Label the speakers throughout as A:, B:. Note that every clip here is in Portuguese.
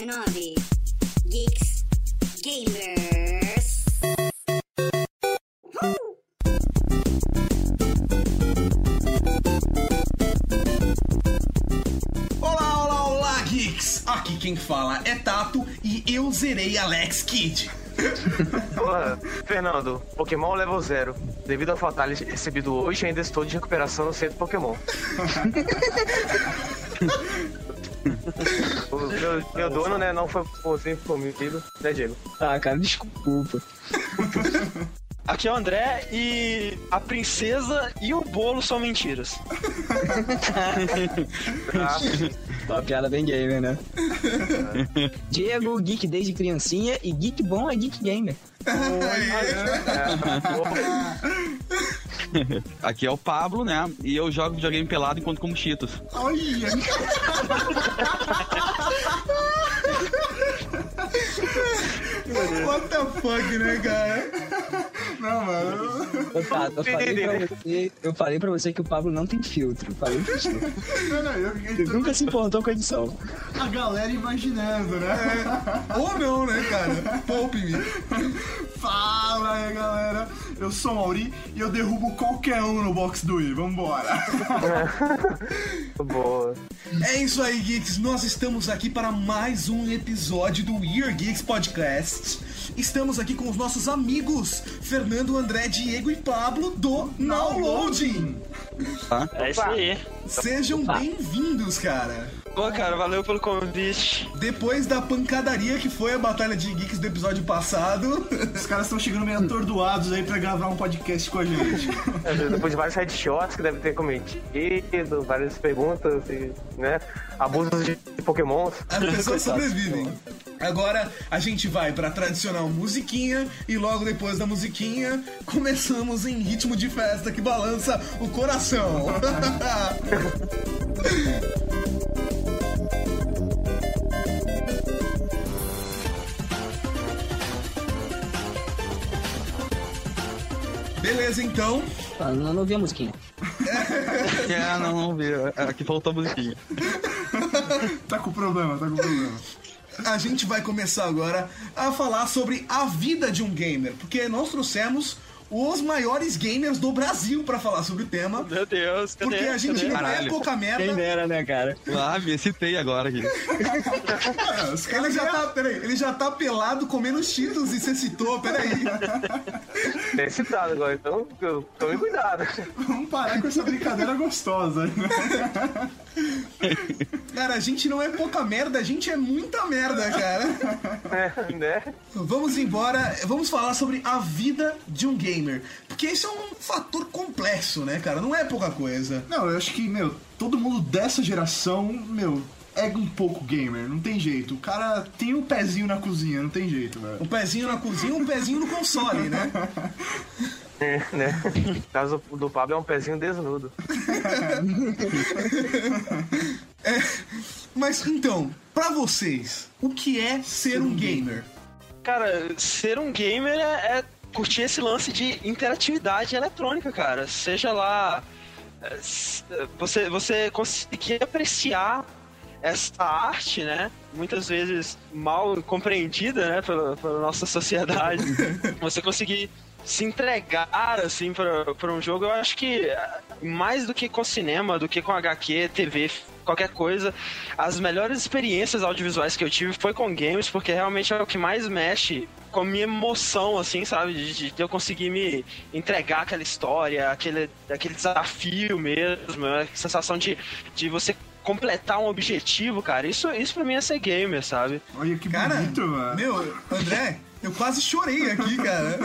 A: 19 Geeks Gamers.
B: Olá, Geeks! Aqui quem fala é Tato e eu zerei Alex Kidd.
C: Olá, Fernando, Pokémon level 0. Devido ao fatality recebido hoje, ainda estou de recuperação no centro Pokémon. O meu dono, né, não foi possível comigo, né, Diego?
D: Ah, cara, desculpa.
E: Aqui é o André e a princesa e o bolo são mentiras.
D: Uma piada bem gamer, né? Diego, geek desde criancinha e geek bom é geek gamer.
F: Aqui é o Pablo, né? E eu jogo videogame pelado enquanto como Cheetos.
B: Olha! What the fuck, né, cara? Não, mano.
D: Eu falei pra você que o Pablo não tem filtro. Falei pra você. Você nunca se importou com a edição.
B: A galera imaginando, né? Ou não, né, cara? Poupe-me. Fala aí, galera. Eu sou o Mauri e eu derrubo qualquer um no box do Wii. Vambora.
C: Boa.
B: É isso aí, Geeks. Nós estamos aqui para mais um episódio do Year Geeks Podcast. Estamos aqui com os nossos amigos Fernando, André, Diego e Pablo do Downloading.
E: É isso aí.
B: Sejam bem-vindos, cara.
E: Pô, cara, valeu pelo convite.
B: Depois da pancadaria que foi a Batalha de Geeks do episódio passado, os caras estão chegando meio atordoados aí pra gravar um podcast com a gente.
C: Depois de vários headshots que deve ter cometido, várias perguntas, e, né? Abusos de Pokémon.
B: As pessoas sobrevivem. Agora a gente vai pra tradicional musiquinha e logo depois da musiquinha começamos em ritmo de festa que balança o coração. Beleza, então.
D: Não ouvi a musiquinha.
F: Não vi. Aqui faltou a musiquinha.
B: Tá com problema. A gente vai começar agora a falar sobre a vida de um gamer, porque nós trouxemos os maiores gamers do Brasil pra falar sobre o tema.
E: Meu Deus, cadê?
B: Porque a gente não é pouca merda.
D: Quem dera, né, cara?
F: Ah, me excitei agora aqui.
B: Ele já tá pelado comendo Cheetos e você citou, peraí.
C: É excitado agora, então tome cuidado.
B: Vamos parar com essa brincadeira gostosa. Cara, a gente não é pouca merda, a gente é muita merda, cara.
C: Né?
B: Vamos embora, vamos falar sobre a vida de um gamer. Porque isso é um fator complexo, né, cara? Não é pouca coisa.
G: Não, eu acho que, todo mundo dessa geração, é um pouco gamer, não tem jeito. O cara tem um pezinho na cozinha, não tem jeito, velho.
B: Um pezinho na cozinha, um pezinho no console, né?
C: Né? No caso do Pablo é um pezinho desnudo.
B: Mas então, pra vocês, o que é ser um gamer?
E: Cara, ser um gamer é curtir esse lance de interatividade eletrônica, cara. Seja lá, você conseguir apreciar essa arte, né? Muitas vezes mal compreendida, né? Pela nossa sociedade. Você conseguir se entregar, assim, pra um jogo, eu acho que mais do que com cinema, do que com HQ, TV, qualquer coisa, as melhores experiências audiovisuais que eu tive foi com games, porque realmente é o que mais mexe com a minha emoção, assim, sabe? De eu conseguir me entregar aquela história, aquele desafio mesmo, a sensação de você completar um objetivo, cara. Isso pra mim é ser gamer, sabe?
G: Olha que bonito, mano.
B: Meu, André, eu quase chorei aqui, cara.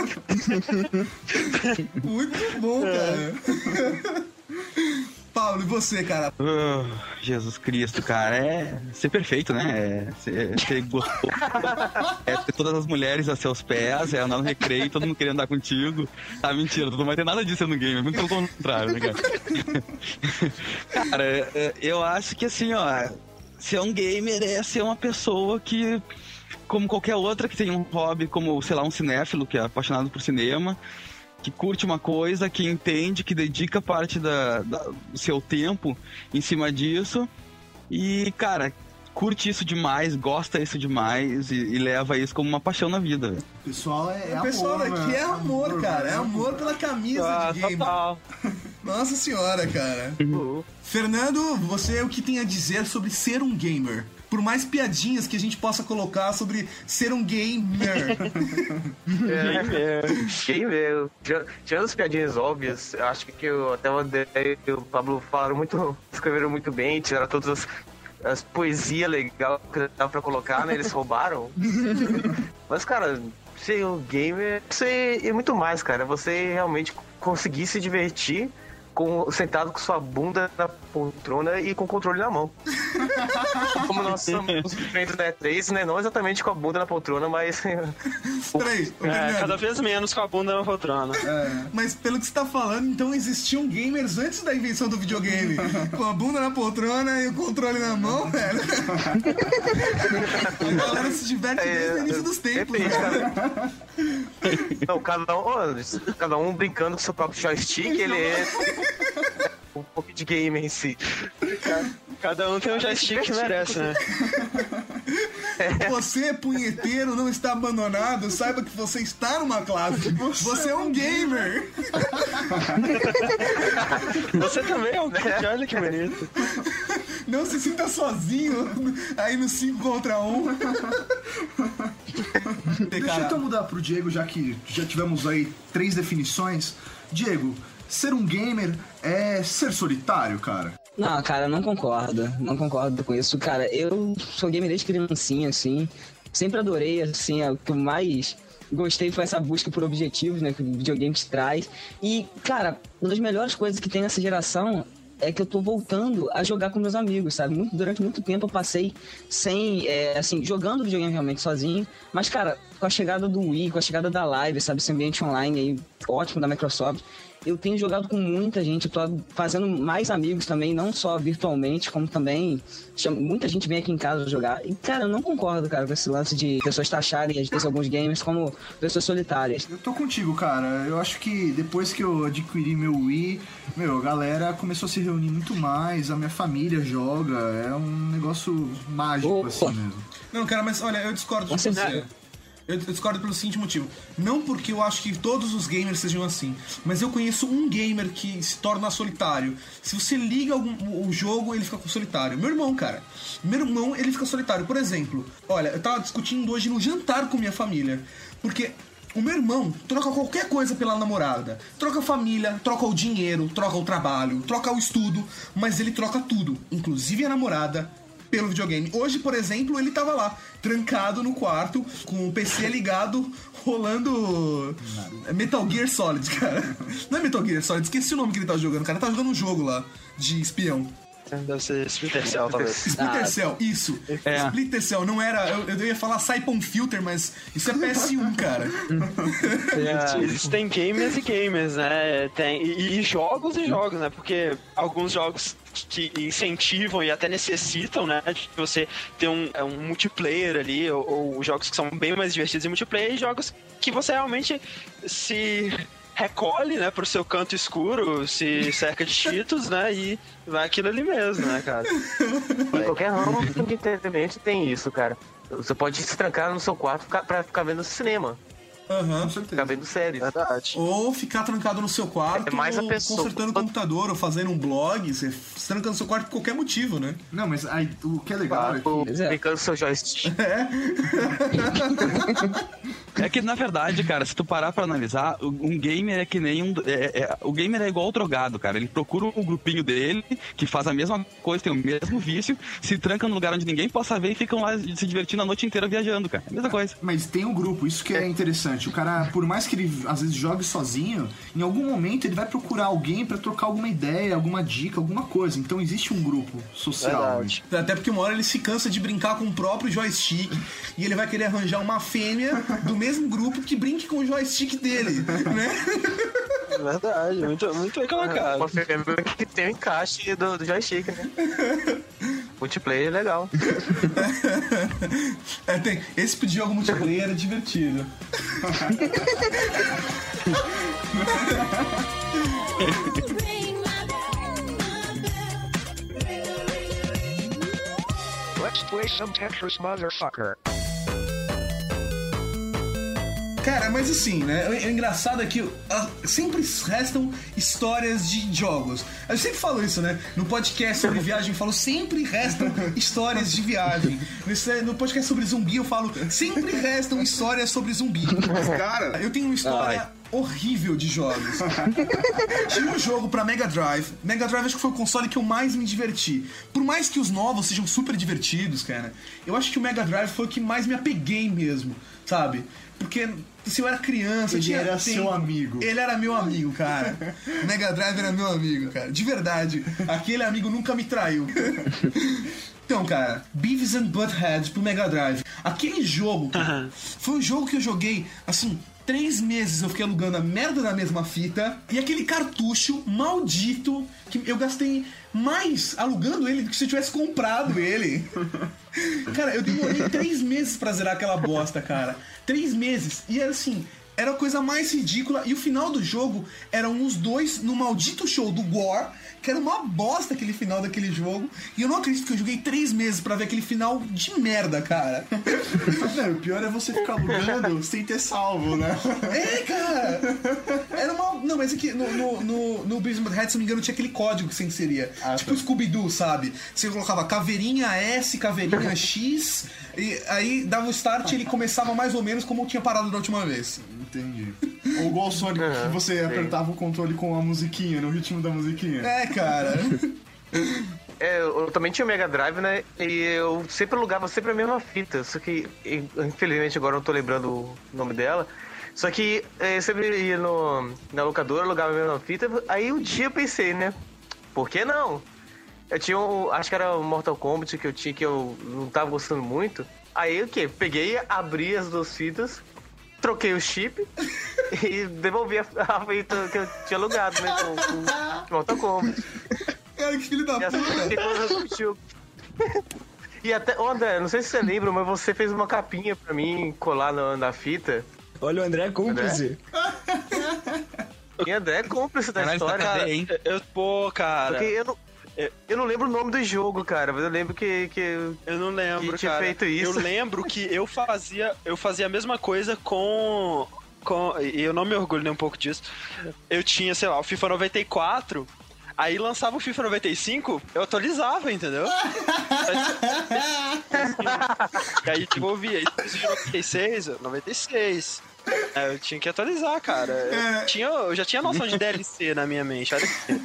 B: Muito bom, cara. Paulo, e você, cara?
F: Jesus Cristo, cara, é ser perfeito, né? É ser gostoso. É ter todas as mulheres a seus pés, é andar no recreio, todo mundo querendo andar contigo. Ah, mentira, tu não vai ter nada disso no game, muito pelo contrário, né, cara? Cara, eu acho que assim, ó, ser um gamer é ser uma pessoa que, como qualquer outra que tem um hobby, como, sei lá, um cinéfilo que é apaixonado por cinema, que curte uma coisa, que entende, que dedica parte do seu tempo em cima disso. E, cara, curte isso demais, gosta isso demais e leva isso como uma paixão na vida.
G: O pessoal é
B: O pessoal
G: amor,
B: daqui
G: né?
B: é amor, cara. É amor pela camisa de game.
E: Total.
B: Nossa senhora, cara. Fernando, você o que tem a dizer sobre ser um gamer? Por mais piadinhas que a gente possa colocar sobre ser um gamer.
C: Gamer. Tirando as piadinhas óbvias, eu acho que até o André e o Pablo escreveram muito bem, tiraram todas as poesias legais que dava pra colocar, né? Eles roubaram. Mas, cara, ser um gamer é muito mais, cara. Você realmente conseguir se divertir sentado com sua bunda na poltrona e com o controle na mão. Como nós somos diferentes da E3, né? Não exatamente com a bunda na poltrona, mas...
B: Peraí,
E: Cada vez menos com a bunda na poltrona.
B: mas pelo que você tá falando, então existiam gamers antes da invenção do videogame. Com a bunda na poltrona e o controle na mão, velho. A galera se diverte desde o início dos tempos,
C: Depende,
B: né?
C: cara. Não, cada um brincando com seu próprio joystick, ele é um pouco de gamer em si.
E: Cada um tem um joystick que merece, né?
B: Você, punheteiro, não está abandonado. Saiba que você está numa classe. Você é um gamer.
E: Você também é um kid, olha que bonito.
B: Não se sinta sozinho aí no 5 contra 1.
G: Deixa eu então mudar pro Diego, já que já tivemos aí 3 definições. Diego, ser um gamer é ser solitário, cara?
D: Não, cara, não concordo. Não concordo com isso. Cara, eu sou gamer desde criancinha, assim. Sempre adorei, assim, o que eu mais gostei foi essa busca por objetivos, né, que o videogame te traz. E, cara, uma das melhores coisas que tem nessa geração é que eu tô voltando a jogar com meus amigos, sabe? Durante muito tempo eu passei sem, jogando videogame realmente sozinho. Mas, cara, com a chegada do Wii, com a chegada da Live, sabe? Esse ambiente online aí, ótimo da Microsoft, eu tenho jogado com muita gente, eu tô fazendo mais amigos também, não só virtualmente, como também muita gente vem aqui em casa jogar. E, cara, eu não concordo, cara, com esse lance de pessoas taxarem, às vezes, alguns gamers como pessoas solitárias.
G: Eu tô contigo, cara. Eu acho que depois que eu adquiri meu Wii, a galera começou a se reunir muito mais, a minha família joga, é um negócio mágico, assim mesmo.
B: Não, cara, mas olha, eu discordo de você. Eu discordo pelo seguinte motivo. Não porque eu acho que todos os gamers sejam assim, mas eu conheço um gamer que se torna solitário. Se você liga o jogo, ele fica solitário. Meu irmão, cara. Meu irmão, ele fica solitário. Por exemplo, olha, eu tava discutindo hoje no jantar com minha família. Porque o meu irmão troca qualquer coisa pela namorada. Troca a família, troca o dinheiro, troca o trabalho, troca o estudo. Mas ele troca tudo, inclusive a namorada, pelo videogame. Hoje, por exemplo, ele tava lá, trancado no quarto, com o PC ligado, rolando Metal Gear Solid, cara. Não é Metal Gear Solid, esqueci o nome que ele tava jogando, cara. Ele tava jogando um jogo lá, de espião.
E: Deve ser Splinter Cell, talvez.
B: Splinter Cell, isso. Splinter Cell, não era... Eu ia falar Siphon Filter, mas isso é PS1, cara.
E: Existem gamers e gamers, né? E jogos e jogos, né? Porque alguns jogos que incentivam e até necessitam, né, de você ter um multiplayer ali, ou jogos que são bem mais divertidos em multiplayer, e jogos que você realmente se recolhe, né, pro seu canto escuro, se cerca de cheetos, né, e vai aquilo ali mesmo, né, cara.
C: Em qualquer ramo de entretenimento tem isso, cara. Você pode se trancar no seu quarto pra ficar vendo cinema.
B: Aham.
C: Ficar vendo séries.
E: Verdade.
B: Ou ficar trancado no seu quarto,
C: É mais a
B: ou
C: pessoa.
B: consertando o computador, ou fazendo um blog. Você se tranca no seu quarto por qualquer motivo, né?
G: Não, mas aí, o que é legal é que...
C: Brincando com seu joystick.
F: É que, na verdade, cara, se tu parar pra analisar, um gamer é que nem o gamer é igual o drogado, cara. Ele procura o grupinho dele, que faz a mesma coisa, tem o mesmo vício, se tranca num lugar onde ninguém possa ver e ficam lá se divertindo a noite inteira viajando, cara. É a mesma coisa.
G: Mas tem um grupo, isso que é interessante. O cara, por mais que ele às vezes jogue sozinho, em algum momento ele vai procurar alguém pra trocar alguma ideia, alguma dica, alguma coisa. Então existe um grupo social.
E: Verdade.
B: Até porque uma hora ele se cansa de brincar com o próprio joystick e ele vai querer arranjar uma fêmea do mesmo grupo que brinque com o joystick dele, né?
E: Verdade, muito bem colocado.
C: Uma fêmea que tem o encaixe do joystick, né? Multiplayer é legal.
B: Esse tipo de jogo multiplayer é divertido.
H: Let's play some Tetris, motherfucker.
B: Cara, mas assim, né? O engraçado é que sempre restam histórias de jogos. Eu sempre falo isso, né? No podcast sobre viagem eu falo, sempre restam histórias de viagem. No podcast sobre zumbi eu falo, sempre restam histórias sobre zumbi. Mas, cara, eu tenho uma história horrível de jogos. Tinha um jogo pra Mega Drive. Mega Drive acho que foi o console que eu mais me diverti. Por mais que os novos sejam super divertidos, cara, eu acho que o Mega Drive foi o que mais me apeguei mesmo, sabe? Porque se eu era criança...
G: Ele era seu amigo.
B: Ele era meu amigo, cara. O Mega Drive era meu amigo, cara. De verdade. Aquele amigo nunca me traiu. Então, cara, Beavis and Butthead pro Mega Drive. Aquele jogo, cara, foi um jogo que eu joguei, assim... 3 meses eu fiquei alugando a merda da mesma fita. E aquele cartucho maldito que eu gastei mais alugando ele do que se eu tivesse comprado ele. Cara, eu demorei 3 meses pra zerar aquela bosta, cara. 3 meses. E era assim, era a coisa mais ridícula. E o final do jogo eram os dois no maldito show do Gore, que era uma bosta aquele final daquele jogo. E eu não acredito que eu joguei 3 meses pra ver aquele final de merda, cara.
G: Não, o pior é você ficar alugando sem ter salvo, né?
B: É, cara! Era uma... Não, mas aqui no Beavis and Butthead, se não me engano, tinha aquele código que você inseria. Tipo Scooby-Doo, sabe? Você colocava caveirinha S, caveirinha X, e aí dava o start e ele começava mais ou menos como eu tinha parado da última vez.
G: Entendi. Ou igual o Sonic, que você apertava o controle com a musiquinha, no ritmo da musiquinha.
B: É, cara.
C: Eu também tinha o Mega Drive, né? E eu sempre alugava sempre a mesma fita. Só que, infelizmente, agora eu não tô lembrando o nome dela. Só que eu sempre ia na locadora, alugava a mesma fita. Aí um dia eu pensei, né? Por que não? Eu tinha acho que era o Mortal Kombat que eu tinha, que eu não tava gostando muito. Aí o quê? Peguei, abri as 2 fitas, troquei o chip e devolvi a fita que eu tinha alugado, né? Com Mortal Kombat.
B: Cara, que filho da puta.
C: E até, André, não sei se você lembra, mas você fez uma capinha pra mim colar na fita.
D: Olha o André cúmplice.
C: E André é cúmplice da história.
E: Cara, cara.
C: Porque eu não lembro o nome do jogo, cara, mas eu lembro que
E: eu não lembro,
C: que tinha feito isso.
E: Eu lembro que eu fazia a mesma coisa com e eu não me orgulho nem um pouco disso. Eu tinha, sei lá, o FIFA 94. Aí lançava o FIFA 95, eu atualizava, entendeu? E aí devolvia. Aí depois de 96. Eu tinha que atualizar, cara. Eu já tinha noção de DLC na minha mente, olha aqui.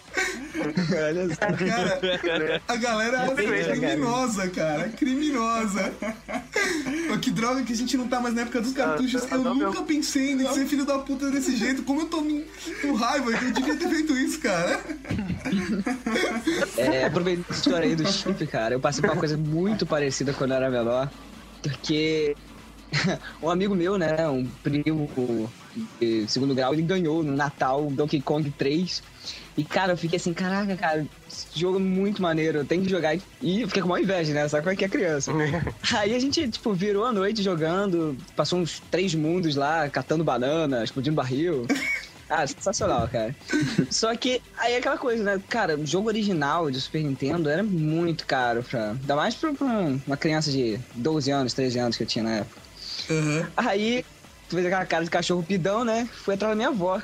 B: Cara, a galera é criminosa, cara. Criminosa. Pô, que droga que a gente não tá mais na época dos cartuchos. Eu nunca pensei em ser filho da puta desse jeito. Como eu tô com raiva, eu devia ter feito isso, cara.
D: Aproveitando a história aí do chip, cara, eu passei por uma coisa muito parecida quando eu era menor. Porque um amigo meu, né, um primo de 2º grau, ele ganhou no Natal Donkey Kong 3. E, cara, eu fiquei assim, caraca, cara, esse jogo é muito maneiro, eu tenho que jogar. E eu fiquei com uma inveja, né? Sabe como é que é criança? Aí a gente, tipo, virou a noite jogando, passou uns 3 mundos lá, catando banana, explodindo barril. Sensacional, cara. Só que aí é aquela coisa, né? Cara, o jogo original de Super Nintendo era muito caro, ainda mais pra uma criança de 12 anos, 13 anos que eu tinha na época. Aí, fez aquela cara de cachorro pidão, né? Fui atrás da minha avó.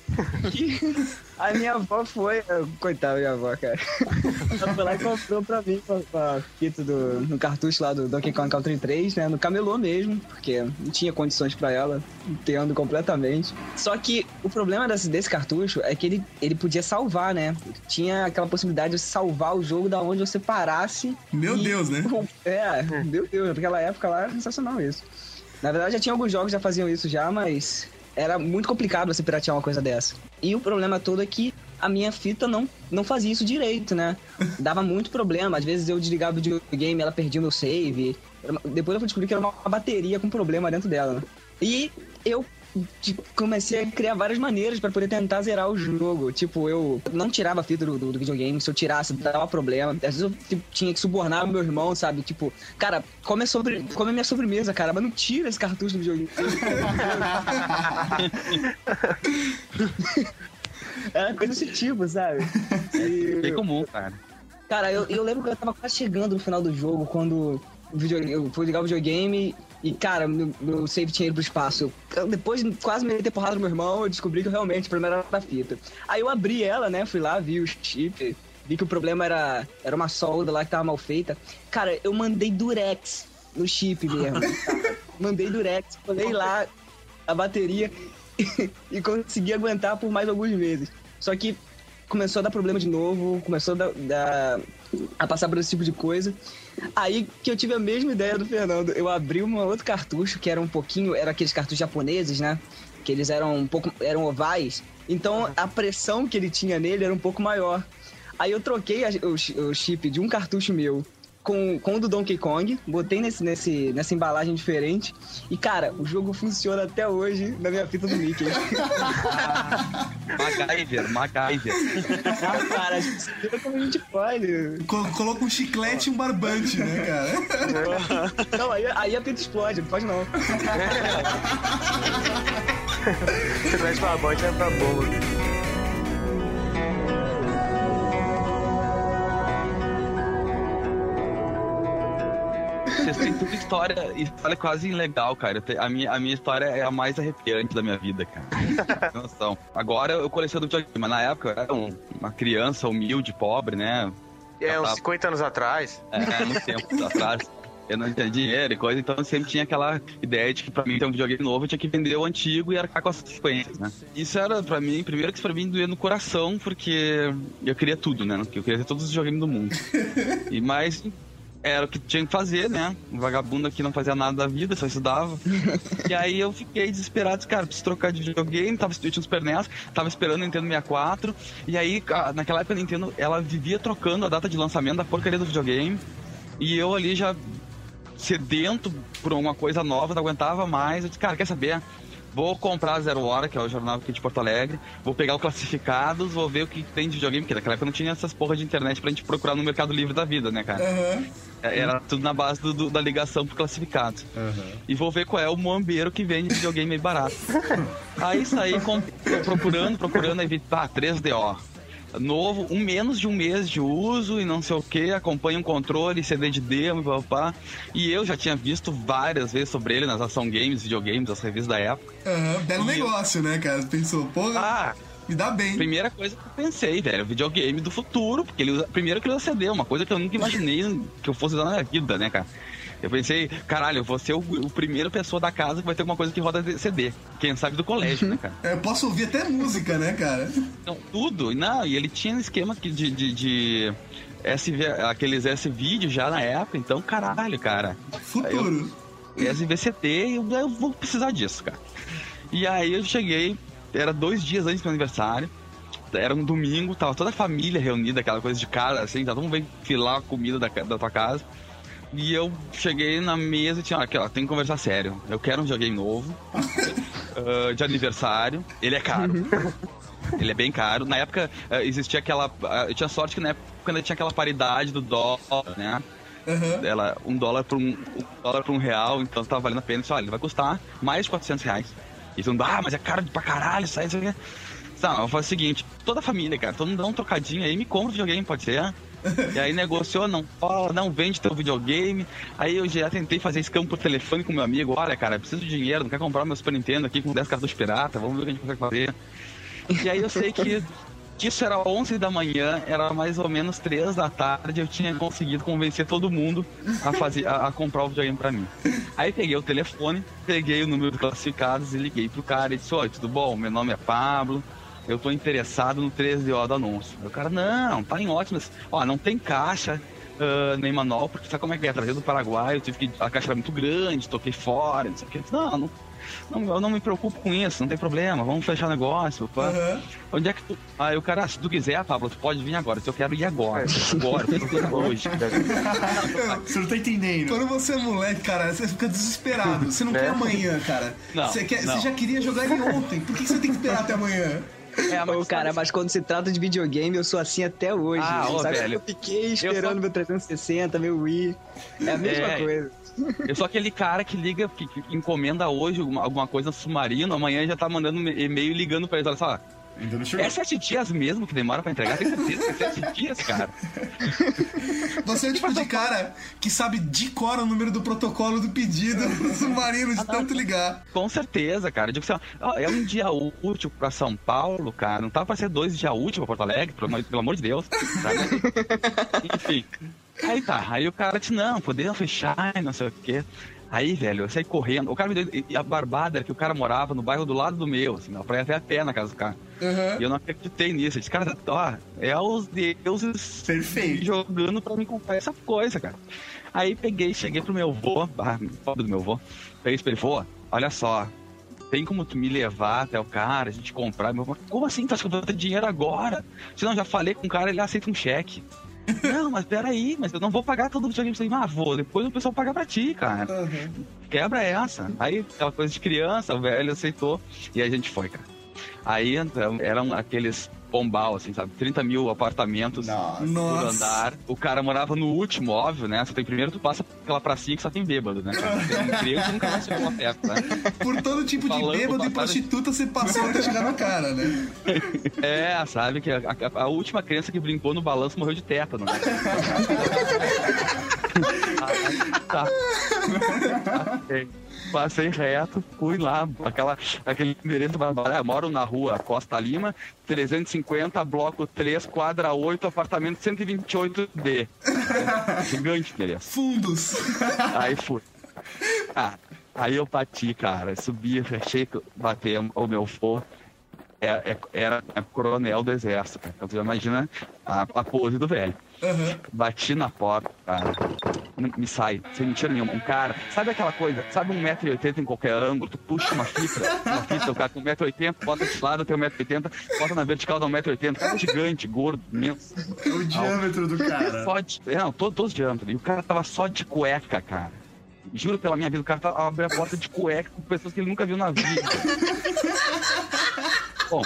D: A minha avó foi... Coitada da minha avó, cara. Ela foi lá e comprou pra mim a fita no cartucho lá do Donkey Kong Country 3, né? No camelô mesmo, porque não tinha condições pra ela. Entendo completamente. Só que o problema desse cartucho é que ele podia salvar, né? Tinha aquela possibilidade de salvar o jogo da onde você parasse.
B: Meu Deus, né?
D: Meu Deus. Naquela época lá, era sensacional isso. Na verdade, já tinha alguns jogos que já faziam isso já, mas... era muito complicado você piratear uma coisa dessa. E o problema todo é que a minha fita não fazia isso direito, né? Dava muito problema. Às vezes eu desligava o videogame, ela perdia o meu save. Depois eu fui descobrir que era uma bateria com problema dentro dela, né? E eu comecei a criar várias maneiras pra poder tentar zerar o jogo. Tipo, eu não tirava a fita do videogame. Se eu tirasse, dava problema. Às vezes eu tinha que subornar o meu irmão, sabe? Tipo, cara, come a minha sobremesa, cara, mas não tira esse cartucho do videogame. Era coisa desse tipo, sabe?
F: Bem comum, cara.
D: Cara, eu lembro que eu tava quase chegando no final do jogo, quando eu fui ligar o videogame e, cara, meu save tinha ido pro espaço. Depois de quase me ter porrada no meu irmão, eu descobri que realmente o problema era da fita. Aí eu abri ela, né, fui lá, vi o chip, vi que o problema era uma solda lá que tava mal feita. Cara, eu mandei durex no chip mesmo. Cara. Mandei durex, colei lá a bateria e consegui aguentar por mais alguns meses. Só que começou a dar problema de novo, começou a passar por esse tipo de coisa. Aí que eu tive a mesma ideia do Fernando. Eu abri um outro cartucho que era era aqueles cartuchos japoneses, né? Que eles eram eram ovais. Então a pressão que ele tinha nele era um pouco maior. Aí eu troquei o chip de um cartucho meu com o do Donkey Kong, botei nessa embalagem diferente e, cara, o jogo funciona até hoje na minha fita do Mickey.
F: MacGyver.
D: Cara, a gente vê como a gente pode.
B: Coloca um chiclete e um barbante, né, cara?
D: Não, aí a fita explode, não pode não.
C: Chiclete e barbante é pra boa.
F: Vocês têm tudo história quase legal, cara. A minha história é a mais arrepiante da minha vida, cara. Não noção. Agora eu coleciono videogame, mas na época eu era uma criança humilde, pobre, né?
C: Uns 50 anos atrás.
F: No tempo atrás. Eu não tinha dinheiro e coisa, então eu sempre tinha aquela ideia de que pra mim ter um videogame novo eu tinha que vender o antigo e arcar com as consequências, né? Isso era pra mim, primeiro que isso pra mim doía no coração, porque eu queria tudo, né? Eu queria ter todos os videogames do mundo. Mas era o que tinha que fazer, né? Um vagabundo aqui não fazia nada da vida, só estudava. E aí eu fiquei desesperado, cara, preciso trocar de videogame, eu tinha um Super NES, tava esperando o Nintendo 64, e aí, naquela época a Nintendo, ela vivia trocando a data de lançamento da porcaria do videogame, e eu ali já sedento por uma coisa nova, não aguentava mais, eu disse, cara, quer saber? Vou comprar a Zero Hora, que é o jornal aqui de Porto Alegre, vou pegar o Classificados, vou ver o que tem de videogame, porque naquela época não tinha essas porras de internet pra gente procurar no Mercado Livre da vida, né, cara?
B: Uhum.
F: Era tudo na base da ligação pro Classificados.
B: Uhum.
F: E vou ver qual é o moambeiro que vende videogame meio barato. Aí saí procurando, aí vi, 3DO. Novo, menos de um mês de uso e não sei o que, acompanha um controle, CD de demo, papá. E eu já tinha visto várias vezes sobre ele nas Ação Games, videogames, as revistas da época.
B: Belo negócio, né, cara? Pensou, porra, me dá bem.
F: Primeira coisa que eu pensei, velho, videogame do futuro, porque primeiro que ele usa CD, uma coisa que eu nunca imaginei que eu fosse usar na minha vida, né, cara? Eu pensei, caralho, eu vou ser o primeiro pessoa da casa que vai ter alguma coisa que roda CD. Quem sabe do colégio, né, cara?
B: Eu posso ouvir até música, né, cara?
F: Não, tudo. Não, e ele tinha um esquema de aqueles S-Video já na época, então, caralho, cara.
B: Futuro.
F: SVCT, eu vou precisar disso, cara. E aí eu cheguei, era 2 dias antes do meu aniversário, era um domingo, tava toda a família reunida, aquela coisa de cara, assim, tá todo mundo vem filar a comida da tua casa. E eu cheguei na mesa e tinha, tem que conversar sério. Eu quero um videogame novo, de aniversário. Ele é caro. Ele é bem caro. Na época, existia aquela... eu tinha sorte que na época ainda tinha aquela paridade do dólar, né?
B: Uhum.
F: Ela, $1 por $1, então tava valendo a pena. Olha, ele vai custar mais de R$400. E todo mundo, mas é caro pra caralho, isso aí. Não, eu faço o seguinte, toda a família, cara, todo mundo dá um trocadinho aí, me compra o videogame, pode ser? E aí negociou, não vende teu videogame. Aí eu já tentei fazer escampo por telefone com meu amigo. Olha, cara, preciso de dinheiro, não quer comprar meu Super Nintendo aqui com 10 cartuchos pirata, vamos ver o que a gente consegue fazer. E aí eu sei que isso era 11 da manhã, era mais ou menos 3 da tarde, eu tinha conseguido convencer todo mundo a comprar o videogame pra mim. Aí peguei o telefone, peguei o número de classificados e liguei pro cara e disse, oi, tudo bom? Meu nome é Pablo, eu tô interessado no 3DO do anúncio. O cara, não, tá em ótimas. Não tem caixa, nem manual, porque sabe como é que é? Trazer do Paraguai, a caixa era muito grande, toquei fora, não sei o que. Eu não me preocupo com isso, não tem problema, vamos fechar o negócio. Onde é que tu... Aí o cara, se tu quiser, Pablo, tu pode vir agora, se eu quero ir agora, hoje.
G: Você não tá entendendo.
B: Quando você é moleque, cara, você fica desesperado. Você não quer amanhã, cara. Você já queria jogar ele ontem. Por que você tem que esperar até amanhã?
D: Mas quando se trata de videogame, eu sou assim até hoje. Sabe?
F: Velho.
D: Eu fiquei esperando meu 360, meu Wii. É a mesma coisa.
F: Eu sou aquele cara que liga, que encomenda hoje alguma coisa no Submarino, amanhã já tá mandando e-mail ligando pra eles, olha só,
G: Ainda não chegou.
F: É 7 dias mesmo que demora pra entregar? Tem certeza que é 7 dias, cara?
B: Você é o tipo de cara que sabe de cor o número do protocolo do pedido no submarino de tanto ligar.
F: Com certeza, cara. Eu digo assim, ó, é um dia útil pra São Paulo, cara. Não tava pra ser 2 dias úteis pra Porto Alegre, pelo amor de Deus. Sabe? Enfim. Aí tá. Aí o cara disse, não, poderiam fechar e não sei o quê. Aí, velho, eu saí correndo. O cara me deu. E a barbada era que o cara morava no bairro do lado do meu, assim, pra ir até a pé na casa do cara.
B: Uhum.
F: E eu não acreditei nisso. Eu disse, cara, ó, é os deuses
B: Perfeito.
F: jogando pra me comprar essa coisa, cara. Aí cheguei pro meu avô, pobre do meu avô, peguei pra ele, vô, olha só, tem como tu me levar até o cara, a gente comprar? Meu avô, como assim? Tu acha que eu vou ter dinheiro agora? Se não, já falei com o cara, ele aceita um cheque. Não, mas peraí, mas eu não vou pagar todo o videogame. Vô, depois o pessoal paga pra ti, cara.
B: Uhum.
F: Quebra essa. Aí, aquela coisa de criança, o velho aceitou e a gente foi, cara. Aí então, eram aqueles pombal, assim, sabe? 30 mil apartamentos por andar. O cara morava no último, óbvio, né? Você tem primeiro, tu passa pela pracinha que só tem bêbado, né? Tem criança que nunca mais chegou lá perto, né?
B: Por todo tipo de bêbado e prostituta você passou até chegar no cara, né?
F: É, sabe? Que a última criança que brincou no balanço morreu de tétano, né? Tá. Passei reto, fui lá, aquele endereço, moro na rua Costa Lima, 350, bloco 3, quadra 8, apartamento 128D. Gigante endereço.
B: Fundos.
F: Aí fui. Aí eu bati, cara, subi, fechei, batei o meu forro. Era coronel do exército, cara. Então você imagina a pose do velho.
B: Uhum.
F: Bati na porta, cara. Me sai, sem mentira nenhuma. Um cara, sabe aquela coisa? Sabe 1,80m em qualquer ângulo? Tu puxa uma fita, o cara com 1,80m, bota desse lado, tem 1,80m, bota na vertical, dá 1,80m. Cara gigante, gordo, imenso.
G: O diâmetro do cara.
F: Todos os diâmetros. E o cara tava só de cueca, cara. Juro pela minha vida, o cara abriu a porta de cueca com pessoas que ele nunca viu na vida. Bom,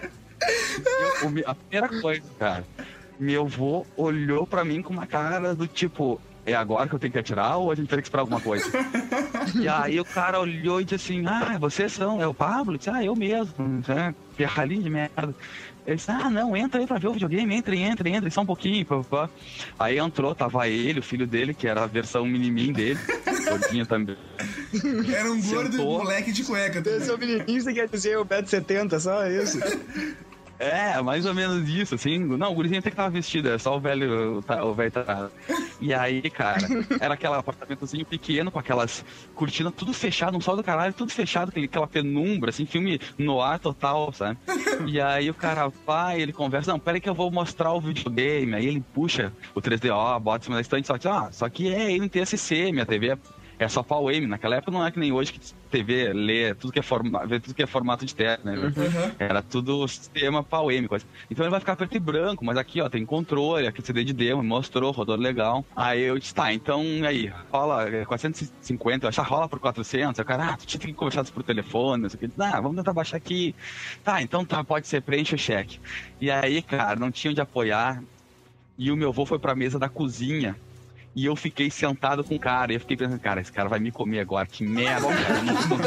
F: a primeira coisa, cara, meu avô olhou pra mim com uma cara do tipo, é agora que eu tenho que atirar ou a gente tem que esperar alguma coisa? E aí o cara olhou e disse assim, vocês são, é o Pablo? Eu disse, eu mesmo, ferralhinho de merda. Ele disse, não, entra aí pra ver o videogame, entra, só um pouquinho. Pá. Aí entrou, tava ele, o filho dele, que era a versão minimin dele, gordinho também.
B: Era um gordo moleque de cueca.
D: Esse é o menininho, você quer dizer o 1,70m, só isso?
F: É, mais ou menos isso, assim. Não, o gurizinho até que tava vestido, é só o velho tá. E aí, cara, era aquele apartamentozinho pequeno, com aquelas cortinas tudo fechado, um sol do caralho, tudo fechado, aquela penumbra, assim, filme no ar total, sabe? E aí o cara vai, ele conversa, não, peraí que eu vou mostrar o videogame. Aí ele puxa o 3DO, bota em cima da estante, só que é NTSC, minha TV é só PAL-M. Naquela época não é que nem hoje que TV lê tudo que é formato de tela, né?
B: Uhum.
F: Era tudo sistema PAL-M, coisa. Então ele vai ficar preto e branco, mas aqui, ó, tem controle, aqui CD de demo, mostrou, rodou legal. Aí eu disse, então aí, rola 450, eu acho que rola por 400. Aí o cara, tu tinha que conversar isso por telefone, não sei o que. Vamos tentar baixar aqui. Então pode ser, preenche o cheque. E aí, cara, não tinha onde apoiar. E o meu avô foi pra mesa da cozinha. E eu fiquei sentado com o cara. E eu fiquei pensando, cara, esse cara vai me comer agora. Que merda, cara.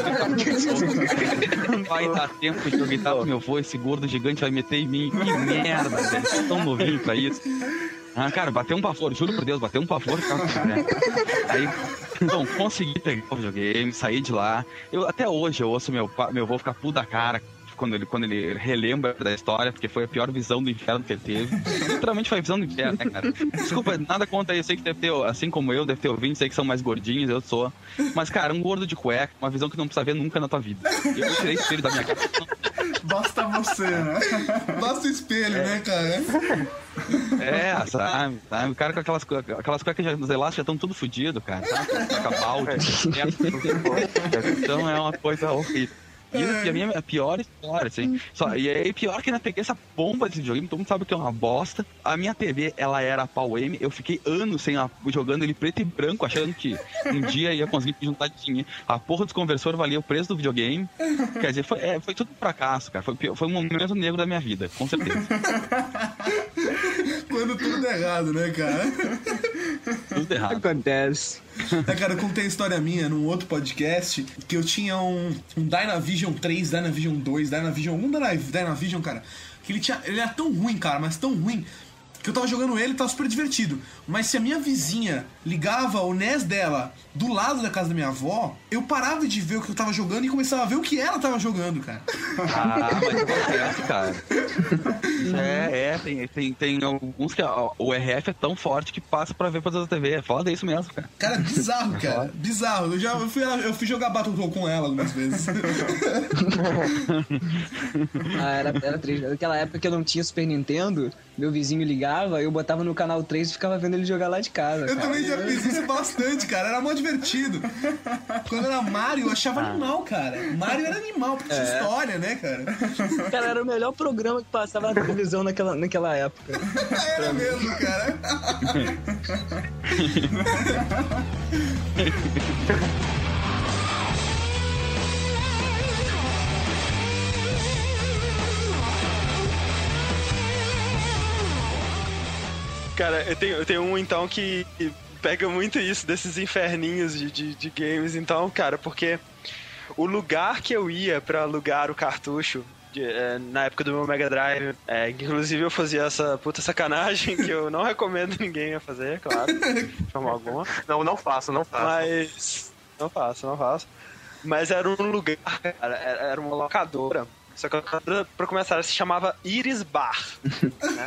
F: Não vai dar tempo de eu gritar pro meu avô. Esse gordo gigante vai meter em mim. Que merda, velho. Tô tão novinho pra isso. Cara, bateu um pavor. Juro por Deus, bateu um pavor. Né? Aí, então, consegui pegar o videogame, sair de lá. Até hoje eu ouço meu avô ficar puto da cara quando ele relembra da história, porque foi a pior visão do inferno que ele teve. Literalmente foi a visão do inferno, né, cara? Desculpa, nada contra, eu sei que deve ter, assim como eu, deve ter ouvintes aí que são mais gordinhos, eu sou. Mas, cara, um gordo de cueca, uma visão que não precisa ver nunca na tua vida. Eu tirei esse espelho da minha cara.
G: Basta você, né?
B: Basta o espelho, né, cara?
F: Sabe? O cara com aquelas cuecas, os elásticos já estão tudo fodidos, cara. Sabe? Balde. Então é uma coisa horrível. E a minha pior história, assim. E aí, pior que eu peguei essa bomba desse videogame, todo mundo sabe que é uma bosta. A minha TV, ela era PAL-M, eu fiquei anos jogando ele preto e branco, achando que um dia ia conseguir juntar dinheiro. A porra dos conversores valia o preço do videogame. Quer dizer, foi tudo um fracasso, cara. Foi um momento negro da minha vida, com certeza.
B: Quando tudo é errado, né, cara?
F: Tudo errado.
D: Acontece.
B: Cara, eu contei a história minha num outro podcast que eu tinha um Dynavision 3, Dynavision 2, Dynavision 1 Dynavision, cara, que ele era tão ruim, cara, mas tão ruim, que eu tava jogando ele e tava super divertido. Mas se a minha vizinha ligava o NES dela do lado da casa da minha avó, eu parava de ver o que eu tava jogando e começava a ver o que ela tava jogando, cara.
F: Mas acontece, cara. Tem alguns que o RF é tão forte que passa pra ver pra toda a TV. É foda isso mesmo, cara.
B: Cara, bizarro, cara. Bizarro. Eu fui jogar Battletoad com ela algumas vezes.
D: Era triste. Naquela época que eu não tinha Super Nintendo, meu vizinho ligava, eu botava no canal 3 e ficava vendo ele jogar lá de casa.
B: Eu também já fiz isso bastante, cara. Era mó divertido. Quando era Mario, eu achava animal, cara. Mario era animal, porque tinha história, né, cara?
D: Cara, era o melhor programa que passava na televisão naquela época.
B: Era mesmo, cara.
E: Cara, eu tenho um então que pega muito isso desses inferninhos de games, então, cara, porque o lugar que eu ia pra alugar o cartucho na época do meu Mega Drive, inclusive eu fazia essa puta sacanagem que eu não recomendo ninguém a fazer, claro, de forma alguma.
C: Não faço.
E: Mas não faço. Mas era um lugar, cara, era uma locadora. Só que a locadora, pra começar, ela se chamava Iris Bar. Né?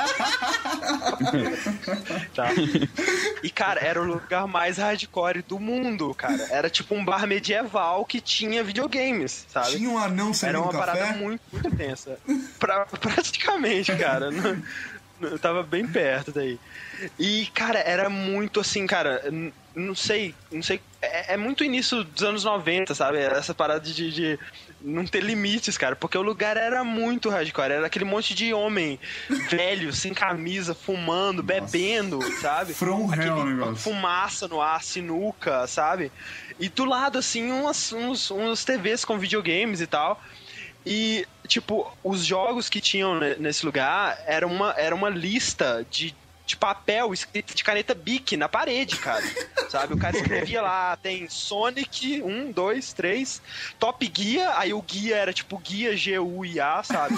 E: Tá. E, cara, era o lugar mais hardcore do mundo, cara. Era tipo um bar medieval que tinha videogames, sabe?
B: Tinha um anão servindo
E: café. Era uma parada muito, muito tensa. Praticamente, cara. Eu tava bem perto daí. E, cara, era muito assim, cara... Não sei. É muito início dos anos 90, sabe? Essa parada de não ter limites, cara. Porque o lugar era muito hardcore. Era aquele monte de homem velho, sem camisa, fumando, bebendo, sabe?
G: From hell, negócio.
E: Fumaça no ar, sinuca, sabe? E do lado, assim, uns TVs com videogames e tal. E, tipo, os jogos que tinham nesse lugar era uma lista de papel escrito de caneta Bic na parede, cara. Sabe? O cara escrevia lá, tem Sonic 1, 2, 3, Top Gear, aí o guia era tipo guia G-U-I-A, sabe?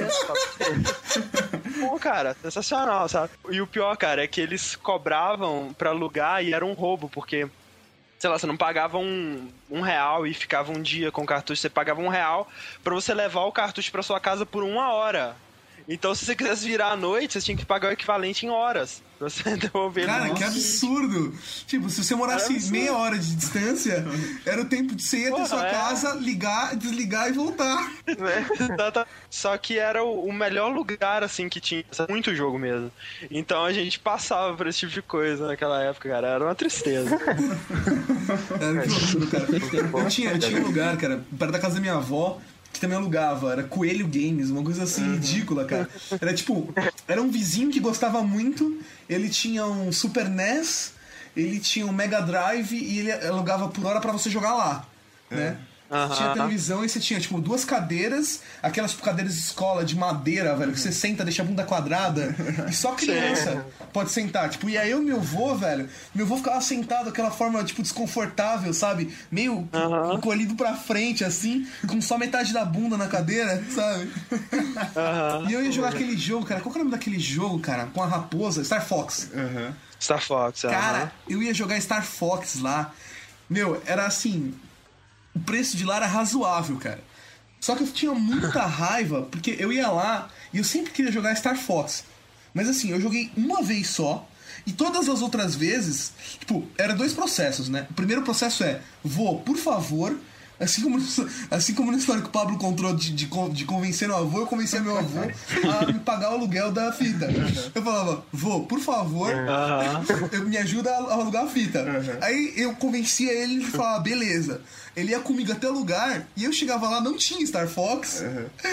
E: Bom, cara, sensacional, sabe? E o pior, cara, é que eles cobravam pra alugar e era um roubo, porque sei lá, você não pagava um real e ficava um dia com o cartucho, você pagava R$1 pra você levar o cartucho pra sua casa por 1 hora. Então, se você quisesse virar à noite, você tinha que pagar o equivalente em horas pra você devolver.
B: Cara, que absurdo! Tipo, se você morasse meia hora de distância, era o tempo de você ir até sua casa, ligar, desligar e voltar.
E: Só que era o melhor lugar, assim, que tinha muito jogo mesmo. Então a gente passava por esse tipo de coisa naquela época, cara. Era uma tristeza.
B: Era que absurdo, cara. Eu tinha um lugar, cara, perto da casa da minha avó, que também alugava, era Coelho Games, uma coisa assim ridícula, cara. Era tipo, era um vizinho que gostava muito, ele tinha um Super NES, ele tinha um Mega Drive e ele alugava por hora pra você jogar lá, né? Tinha televisão e você tinha, tipo, 2 cadeiras, aquelas tipo, cadeiras de escola de madeira, velho, que você senta, deixa a bunda quadrada, e só criança pode sentar, tipo, e aí o meu avô, velho, meu avô ficava sentado daquela forma, tipo, desconfortável, sabe? Meio encolhido pra frente, assim, com só metade da bunda na cadeira, sabe? E eu ia jogar aquele jogo, cara, qual que é o nome daquele jogo, cara, com a raposa? Star Fox.
E: Star Fox,
B: Cara, eu ia jogar Star Fox lá, meu, era assim... O preço de lá era razoável, cara. Só que eu tinha muita raiva, porque eu ia lá e eu sempre queria jogar Star Fox. Mas assim, eu joguei uma vez só, e todas as outras vezes, tipo, eram 2 processos, né? O primeiro processo é, vô, por favor... Assim como na história que o Pablo contou de convencer meu avô, eu convencia meu avô a me pagar o aluguel da fita. Eu falava, vô, por favor, me ajuda a alugar a fita. Aí eu convencia ele e falava, beleza. Ele ia comigo até o lugar e eu chegava lá, não tinha Star Fox.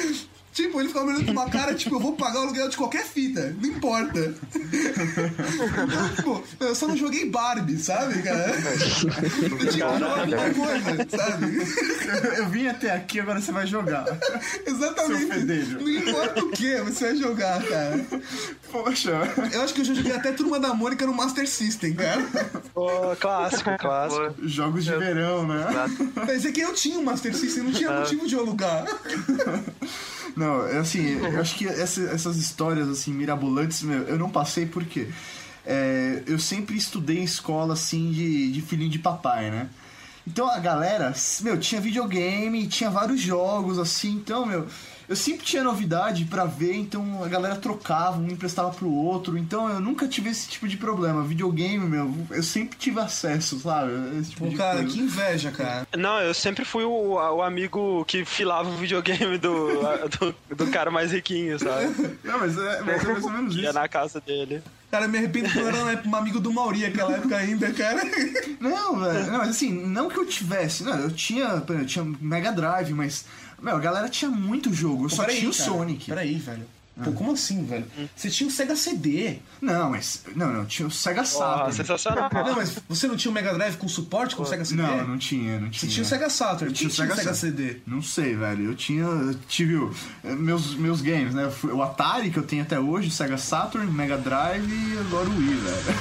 B: Tipo, ele ficava olhando com uma cara, tipo, eu vou pagar o aluguel de qualquer fita, não importa. Então, tipo, eu só não joguei Barbie, sabe, cara? Eu tinha que jogar alguma coisa, sabe?
G: Eu vim até aqui, agora você vai jogar.
B: Exatamente.
G: Seu fedelho.
B: Não importa o que você vai jogar, cara.
G: Poxa.
B: Eu acho que eu já joguei até Turma da Mônica no Master System, cara.
E: Pô, clássico.
G: Jogos de verão, né?
B: Mas é que eu tinha um Master System, não tinha motivo de eu alugar.
G: Não, assim, eu acho que essas histórias, assim, mirabolantes, meu, eu não passei porque eu sempre estudei em escola, assim, de filhinho de papai, né? Então a galera, meu, tinha videogame, tinha vários jogos, assim, então, meu, eu sempre tinha novidade pra ver, então a galera trocava, um emprestava pro outro, então eu nunca tive esse tipo de problema. Videogame, meu, eu sempre tive acesso, sabe? Esse tipo de
B: Cara,
G: coisa.
B: que inveja, cara.
E: Não, eu sempre fui o amigo que filava o videogame do cara mais riquinho, sabe?
G: Não, mas é mais ou menos
E: Ia
G: isso.
E: na casa dele.
B: Cara, eu me arrependo que eu era um amigo do Mauri naquela época ainda, cara.
G: Não, velho, não, mas assim, não que eu tivesse, não, eu tinha Mega Drive, mas, meu, a galera tinha muito jogo, eu só tinha o Sonic.
B: Peraí, velho. Pô, como assim, velho? Você tinha o Sega CD.
G: Não, mas, não, tinha o Sega Saturn.
E: Sensacional.
B: Não, mas você não tinha o Mega Drive com suporte com o Sega CD?
G: Não tinha.
B: Você tinha o Sega Saturn.
G: Eu
B: Quem tinha o Sega
G: Saturn.
B: CD?
G: Não sei, velho. Eu tive meus games, né? O Atari, que eu tenho até hoje, o Sega Saturn, Mega Drive e agora o Wii, velho.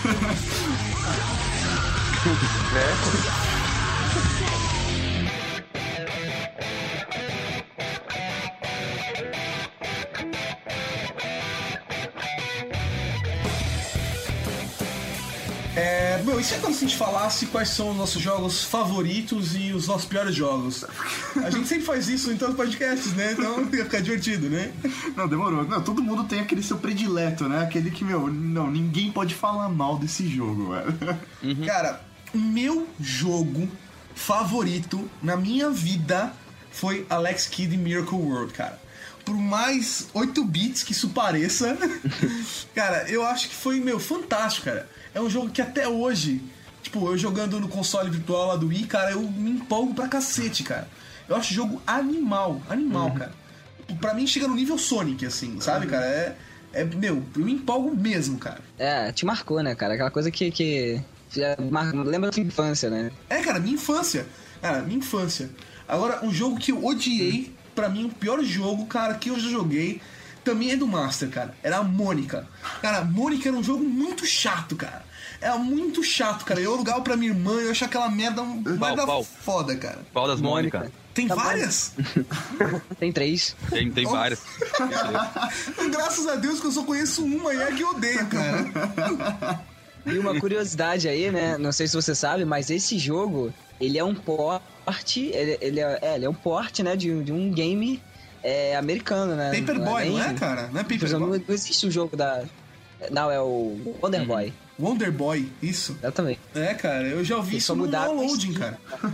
B: Meu, e se agora a gente falasse quais são os nossos jogos favoritos e os nossos piores jogos? A gente sempre faz isso em todos os podcasts, né? Então ia ficar divertido, né?
G: Não, demorou. Não, todo mundo tem aquele seu predileto, né? Aquele que, meu, não, ninguém pode falar mal desse jogo, velho.
B: Cara, o meu jogo favorito na minha vida foi Alex Kidd Miracle World, cara. Por mais 8 bits que isso pareça, cara, eu acho que foi, meu, fantástico, cara. É um jogo que até hoje, tipo, eu jogando no console virtual lá do Wii, cara, eu me empolgo pra cacete, cara. Eu acho o jogo animal, cara. Pra mim chega no nível Sonic, assim, sabe, cara? Meu, eu me empolgo mesmo, cara.
D: Te marcou, né, cara? Aquela coisa que lembra da sua infância, né?
B: Cara, minha infância. Cara, minha infância. Agora, um jogo que eu odiei, pra mim, o pior jogo, cara, que eu já joguei, também é do Master, cara. Era a Mônica. Cara, a Mônica era um jogo muito chato, cara. Era muito chato, cara. Eu alugava pra minha irmã e eu achava aquela merda foda, cara.
F: Qual das Mônica?
B: Tem várias?
D: Tem 3.
F: Tem várias.
B: Graças a Deus que eu só conheço uma e é a que eu odeio, cara.
D: E uma curiosidade aí, né? Não sei se você sabe, mas esse jogo, ele é um porte. Ele é um porte, né? De um game americano, né?
B: Paperboy, não é, cara? Não é Paperboy?
D: Não existe um jogo da. Não, é o Wonder Boy.
B: Wonder Boy, isso.
D: Exatamente.
B: Cara, eu já ouvi isso no downloading, cara.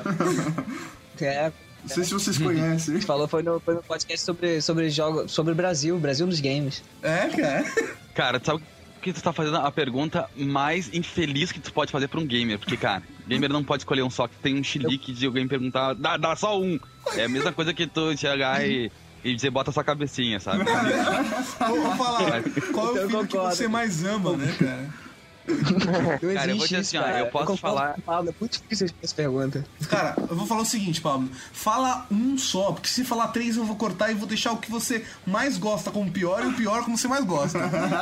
G: Não sei se vocês conhecem.
D: A gente falou, foi no podcast sobre jogos, sobre o Brasil nos games.
B: Cara.
F: Cara, sabe que tu tá fazendo a pergunta mais infeliz que tu pode fazer pra um gamer? Porque, cara, gamer não pode escolher um só, que tem um chilique de alguém perguntar, dá só um. É a mesma coisa que tu chegar e dizer, bota sua cabecinha, sabe?
B: Vou falar, qual é o filho que você mais ama, né, cara?
F: Cara, eu vou dizer assim, eu posso falar...
D: Pablo, é muito difícil essa pergunta.
B: Cara, eu vou falar o seguinte, Pablo. Fala um só, porque se falar 3 eu vou cortar e vou deixar o que você mais gosta como pior e o pior como você mais gosta.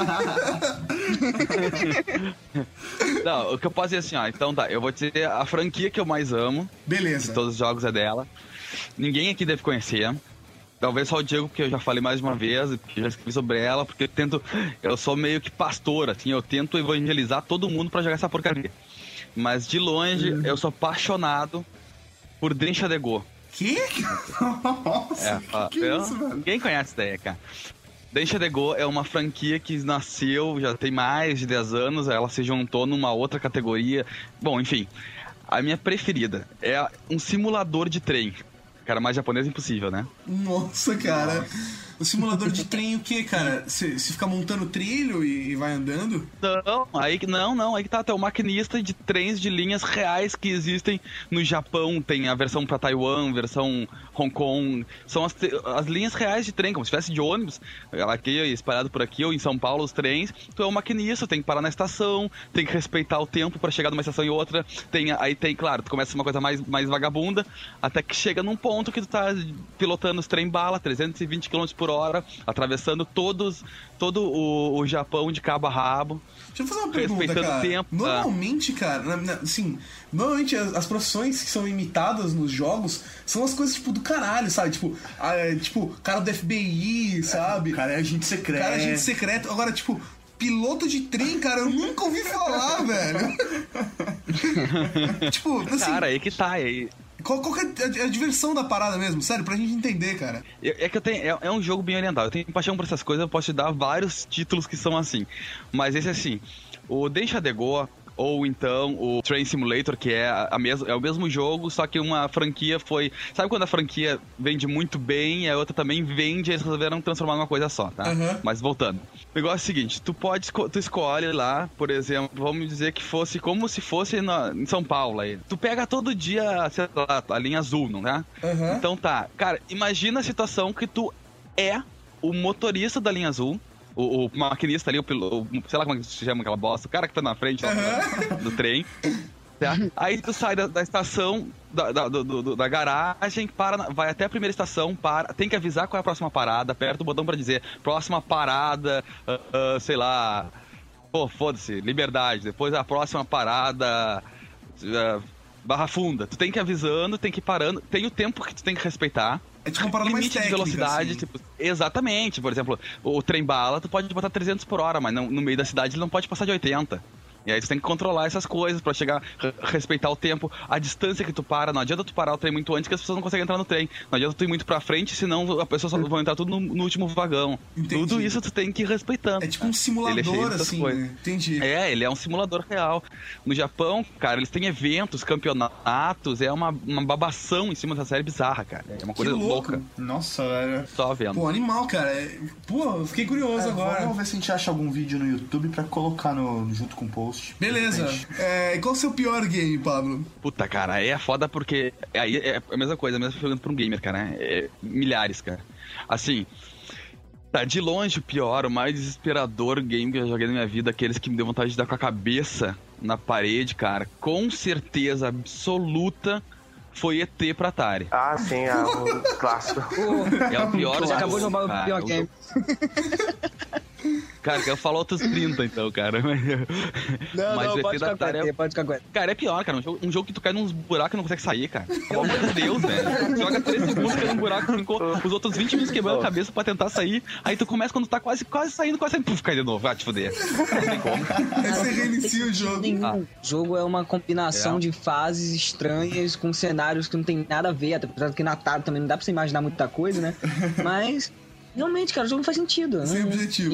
F: Não, o que eu posso dizer assim, então tá, eu vou dizer a franquia que eu mais amo.
B: Beleza.
F: De todos os jogos é dela. Ninguém aqui deve conhecer. Talvez só o Diego, porque eu já falei mais de uma vez, porque já escrevi sobre ela, porque eu sou meio que pastor, assim, eu tento evangelizar todo mundo pra jogar essa porcaria. Mas de longe, eu sou apaixonado por Drencha de Go.
B: Que?
G: Nossa, que é isso, velho?
F: Ninguém conhece essa ideia, cara. Drencha de Go é uma franquia que nasceu, já tem mais de 10 anos, ela se juntou numa outra categoria. Bom, enfim, a minha preferida é um simulador de trem. Cara, mais japonês impossível, né?
B: Nossa, cara. O simulador de trem, o que, cara? Você fica montando trilho e vai andando?
F: Aí que tá, tem o maquinista de trens de linhas reais que existem no Japão, tem a versão pra Taiwan, versão Hong Kong, são as linhas reais de trem, como se tivesse de ônibus, aqui espalhado por aqui, ou em São Paulo, os trens, tu é o maquinista, tem que parar na estação, tem que respeitar o tempo pra chegar de uma estação e outra, claro, tu começa uma coisa mais vagabunda, até que chega num ponto que tu tá pilotando os trem-bala, 320 km por hora, atravessando todo o Japão de cabo a rabo.
B: Deixa eu fazer uma pergunta, cara.
F: Tempo,
B: normalmente, cara, normalmente as profissões que são imitadas nos jogos são as coisas, tipo, do caralho, sabe? Tipo, cara do FBI, sabe?
G: O cara é agente secreto.
B: Cara é agente secreto. Agora, tipo, piloto de trem, cara, eu nunca ouvi falar, velho. Tipo, assim...
F: Cara, aí que tá, aí...
B: Qual que é a diversão da parada mesmo? Sério, pra gente entender, cara.
F: É que é um jogo bem oriental. Eu tenho paixão por essas coisas, eu posso te dar vários títulos que são assim. Mas esse é assim, o Densha de Goa, ou então o Train Simulator, que é o mesmo jogo, só que uma franquia foi... Sabe quando a franquia vende muito bem e a outra também vende, eles resolveram transformar numa coisa só, tá? Uhum. Mas voltando. O negócio é o seguinte, tu escolhe lá, por exemplo, vamos dizer que fosse como se fosse em São Paulo aí. Tu pega todo dia, sei lá, a linha azul, não é? Uhum. Então tá. Cara, imagina a situação que tu é o motorista da linha azul, o maquinista ali, sei lá como é que se chama aquela bosta, o cara que tá na frente do trem. Tá? Aí tu sai da estação, da garagem, vai até a primeira estação, tem que avisar qual é a próxima parada, aperta o botão pra dizer próxima parada, sei lá, foda-se, Liberdade, depois a próxima parada, Barra Funda. Tu tem que ir avisando, tem que ir parando, tem o tempo que tu tem que respeitar.
B: É tipo uma parada mais técnica,
F: de velocidade, assim. Tipo, exatamente. Por exemplo, o trem-bala, tu pode botar 300 por hora, mas no meio da cidade ele não pode passar de 80. E aí tu tem que controlar essas coisas pra chegar, respeitar o tempo, a distância que tu para. Não adianta tu parar o trem muito antes que as pessoas não conseguem entrar no trem. Não adianta tu ir muito pra frente, senão as pessoas vão entrar tudo no último vagão. Entendi. Tudo isso tu tem que ir respeitando.
B: É tipo um simulador, assim, né? Entendi.
F: Ele é um simulador real. No Japão, cara, eles têm eventos, campeonatos, é uma babação em cima dessa série bizarra, cara. É uma coisa louca.
G: Nossa, velho.
F: Só vendo.
B: Pô, animal, cara. Pô, eu fiquei curioso agora.
G: Vamos ver se a gente acha algum vídeo no YouTube pra colocar junto com o post.
B: Beleza. E qual o seu pior game, Pablo?
F: Puta, cara, é foda porque... É a mesma coisa, a mesma pergunta pra um gamer, cara. Milhares, cara. Assim... Tá, de longe o pior, o mais desesperador game que eu joguei na minha vida, aqueles que me deu vontade de dar com a cabeça na parede, cara. Com certeza absoluta... foi ET pra Atari.
C: Ah, sim, é o clássico.
F: É o pior.
D: Você acabou de roubar o pior game.
F: Cara, eu falo outros 30, então, cara.
D: Não, pode ficar quieto.
F: Cara, é pior, cara. Um jogo que tu cai nos buracos e não consegue sair, cara. Pelo amor de Deus, velho. Joga 3 segundos, cai num buraco, os outros 20 minutos quebrando a cabeça pra tentar sair. Aí tu começa quando tu tá quase saindo, puf, cai de novo. Vai te fuder. Não tem como.
B: Aí você reinicia o jogo.
D: O jogo é uma combinação de fases estranhas com cenários que não tem nada a ver, apesar que na Atari também não dá pra você imaginar muita coisa, né? Mas... realmente, cara, o jogo não faz sentido.
B: Sem
D: né?
B: objetivo.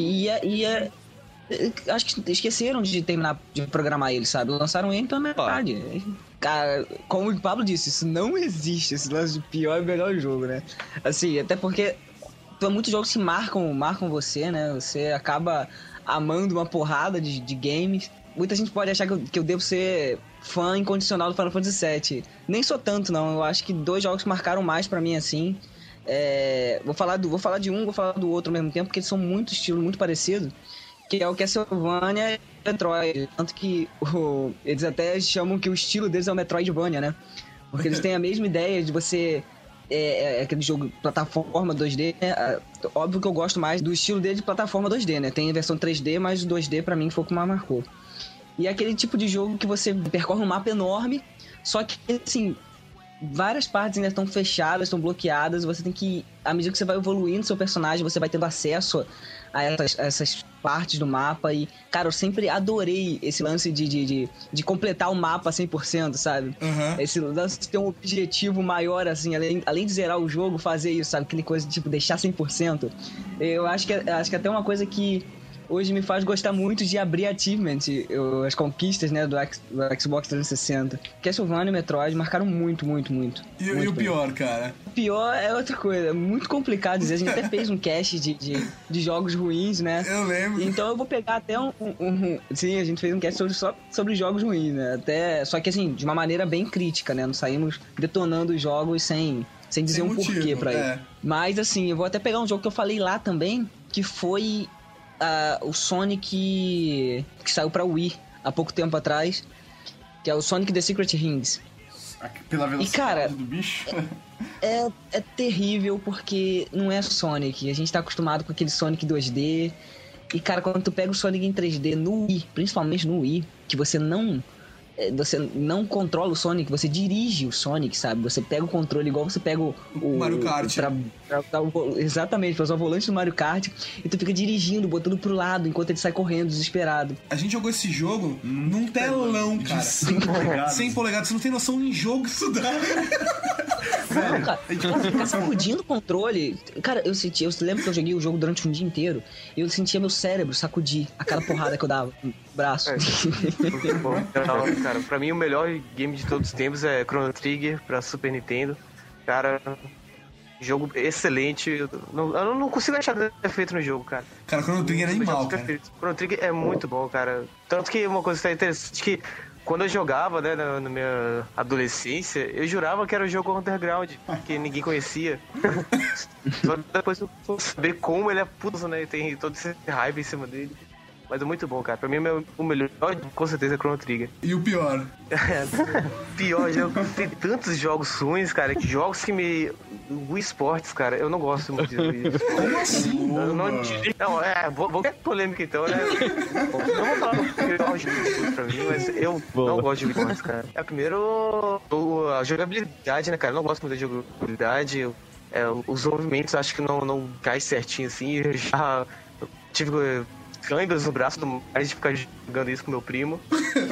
D: Acho que esqueceram de terminar de programar ele, sabe? Lançaram ele pela metade. Cara, como o Pablo disse, isso não existe. Esse lance de pior e melhor jogo, né? Assim, até porque muitos jogos que marcam você, né? Você acaba amando uma porrada de games. Muita gente pode achar que eu devo ser fã incondicional do Final Fantasy VII. Nem sou tanto, não. Eu acho que 2 jogos marcaram mais pra mim, assim. Vou falar de um, vou falar do outro ao mesmo tempo, porque eles são muito estilo, muito parecidos, que é o Castlevania e Metroid. Tanto que eles até chamam que o estilo deles é o Metroidvania, né? Porque eles têm a mesma ideia de você... aquele jogo plataforma 2D, né? Óbvio que eu gosto mais do estilo dele de plataforma 2D, né? Tem a versão 3D, mas o 2D pra mim foi o que mais marcou. E é aquele tipo de jogo que você percorre um mapa enorme, só que, assim... várias partes ainda estão fechadas, estão bloqueadas. Você tem que, à medida que você vai evoluindo seu personagem, você vai tendo acesso a essas partes do mapa. E, cara, eu sempre adorei esse lance de completar o mapa 100%, sabe?
B: Uhum.
D: Esse lance de ter um objetivo maior, assim, além de zerar o jogo, fazer isso, sabe? Aquele coisa de, tipo, deixar 100%. Eu acho que até uma coisa que hoje me faz gostar muito de abrir achievement, as conquistas, né, do Xbox 360. Castlevania e Metroid marcaram muito.
B: E o pior, cara?
D: O pior é outra coisa, é muito complicado dizer. A gente até fez um cast de jogos ruins, né?
B: Eu lembro.
D: Então eu vou pegar até Sim, a gente fez um cast só sobre jogos ruins, né? Só que assim, de uma maneira bem crítica, né? Não saímos detonando os jogos sem dizer um porquê pra ele. Mas assim, eu vou até pegar um jogo que eu falei lá também, que foi o Sonic que saiu pra Wii há pouco tempo atrás, que é o Sonic The Secret Rings.
G: Pela velocidade
D: e, cara,
G: do bicho.
D: É terrível porque não é Sonic. A gente tá acostumado com aquele Sonic 2D. E, cara, quando tu pega o Sonic em 3D no Wii, principalmente no Wii, que você não controla o Sonic, você dirige o Sonic, sabe? Você pega o controle igual você pega o
B: Mario Kart.
D: Exatamente, pra usar o volante do Mario Kart, e tu fica dirigindo, botando pro lado, enquanto ele sai correndo, desesperado.
B: A gente jogou esse jogo num telão, cara.
G: 100 polegadas.
B: 100 polegadas, você não tem noção em jogo que isso dá.
D: Não, cara, ficar sacudindo o controle. Cara, eu lembro que eu joguei o jogo durante um dia inteiro e eu sentia meu cérebro sacudir a cada porrada que eu dava no braço.
C: Então, cara, pra mim o melhor game de todos os tempos é Chrono Trigger pra Super Nintendo. Cara, jogo excelente. Eu não consigo achar defeito no jogo, cara.
B: Cara, Chrono Trigger é animal, cara.
C: Chrono Trigger é muito bom, cara. Tanto que uma coisa que tá interessante que quando eu jogava, né, na minha adolescência, eu jurava que era um jogo underground, que ninguém conhecia. Só depois eu fui saber como ele é puto, né, tem todo esse hype em cima dele. Mas é muito bom, cara. Pra mim, o melhor, com certeza, é Chrono Trigger.
B: E o pior?
C: Pior jogo. Tem tantos jogos ruins, cara, que jogos que me... Wii Sports, cara, eu não gosto muito de Wii Sports.
B: Como assim?
C: Vou ter polêmica então, né? Não vou falar do pior jogo pra mim, mas eu não gosto de Wii Sports, cara. Primeiro, a jogabilidade, né, cara? Eu não gosto muito da jogabilidade. Os movimentos acho que não cai certinho assim. Eu já tive câimbras no braço do Mario de ficar jogando isso com meu primo.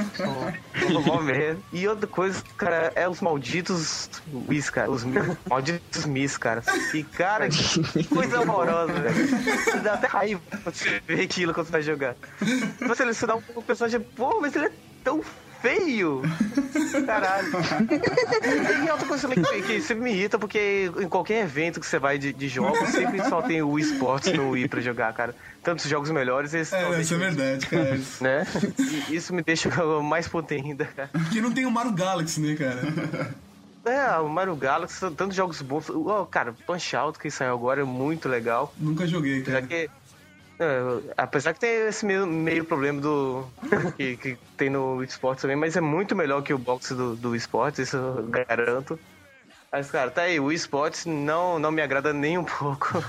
C: E outra coisa, cara, é os malditos Mis, cara. Os malditos Mis, cara. E, cara, que coisa horrorosa, velho. Dá até raiva você ver aquilo quando você vai jogar. Você selecionar um personagem, pô, mas ele é tão feio! Caralho. E outra coisa também que sempre me irrita, porque em qualquer evento que você vai de jogos, sempre só tem o Wii Sports no Wii pra jogar, cara. Tantos jogos melhores,
B: isso é verdade, cara.
C: Né? E isso me deixa mais puto ainda, cara.
B: Porque não tem o Mario Galaxy, né, cara?
C: O Mario Galaxy, tantos jogos bons. Cara, Punch-Out que saiu agora é muito legal.
B: Nunca joguei, cara.
C: Apesar que tem esse meio problema que tem no esportes também, mas é muito melhor que o box do esportes, isso eu garanto. Mas, cara, tá aí, o esportes não me agrada nem um pouco.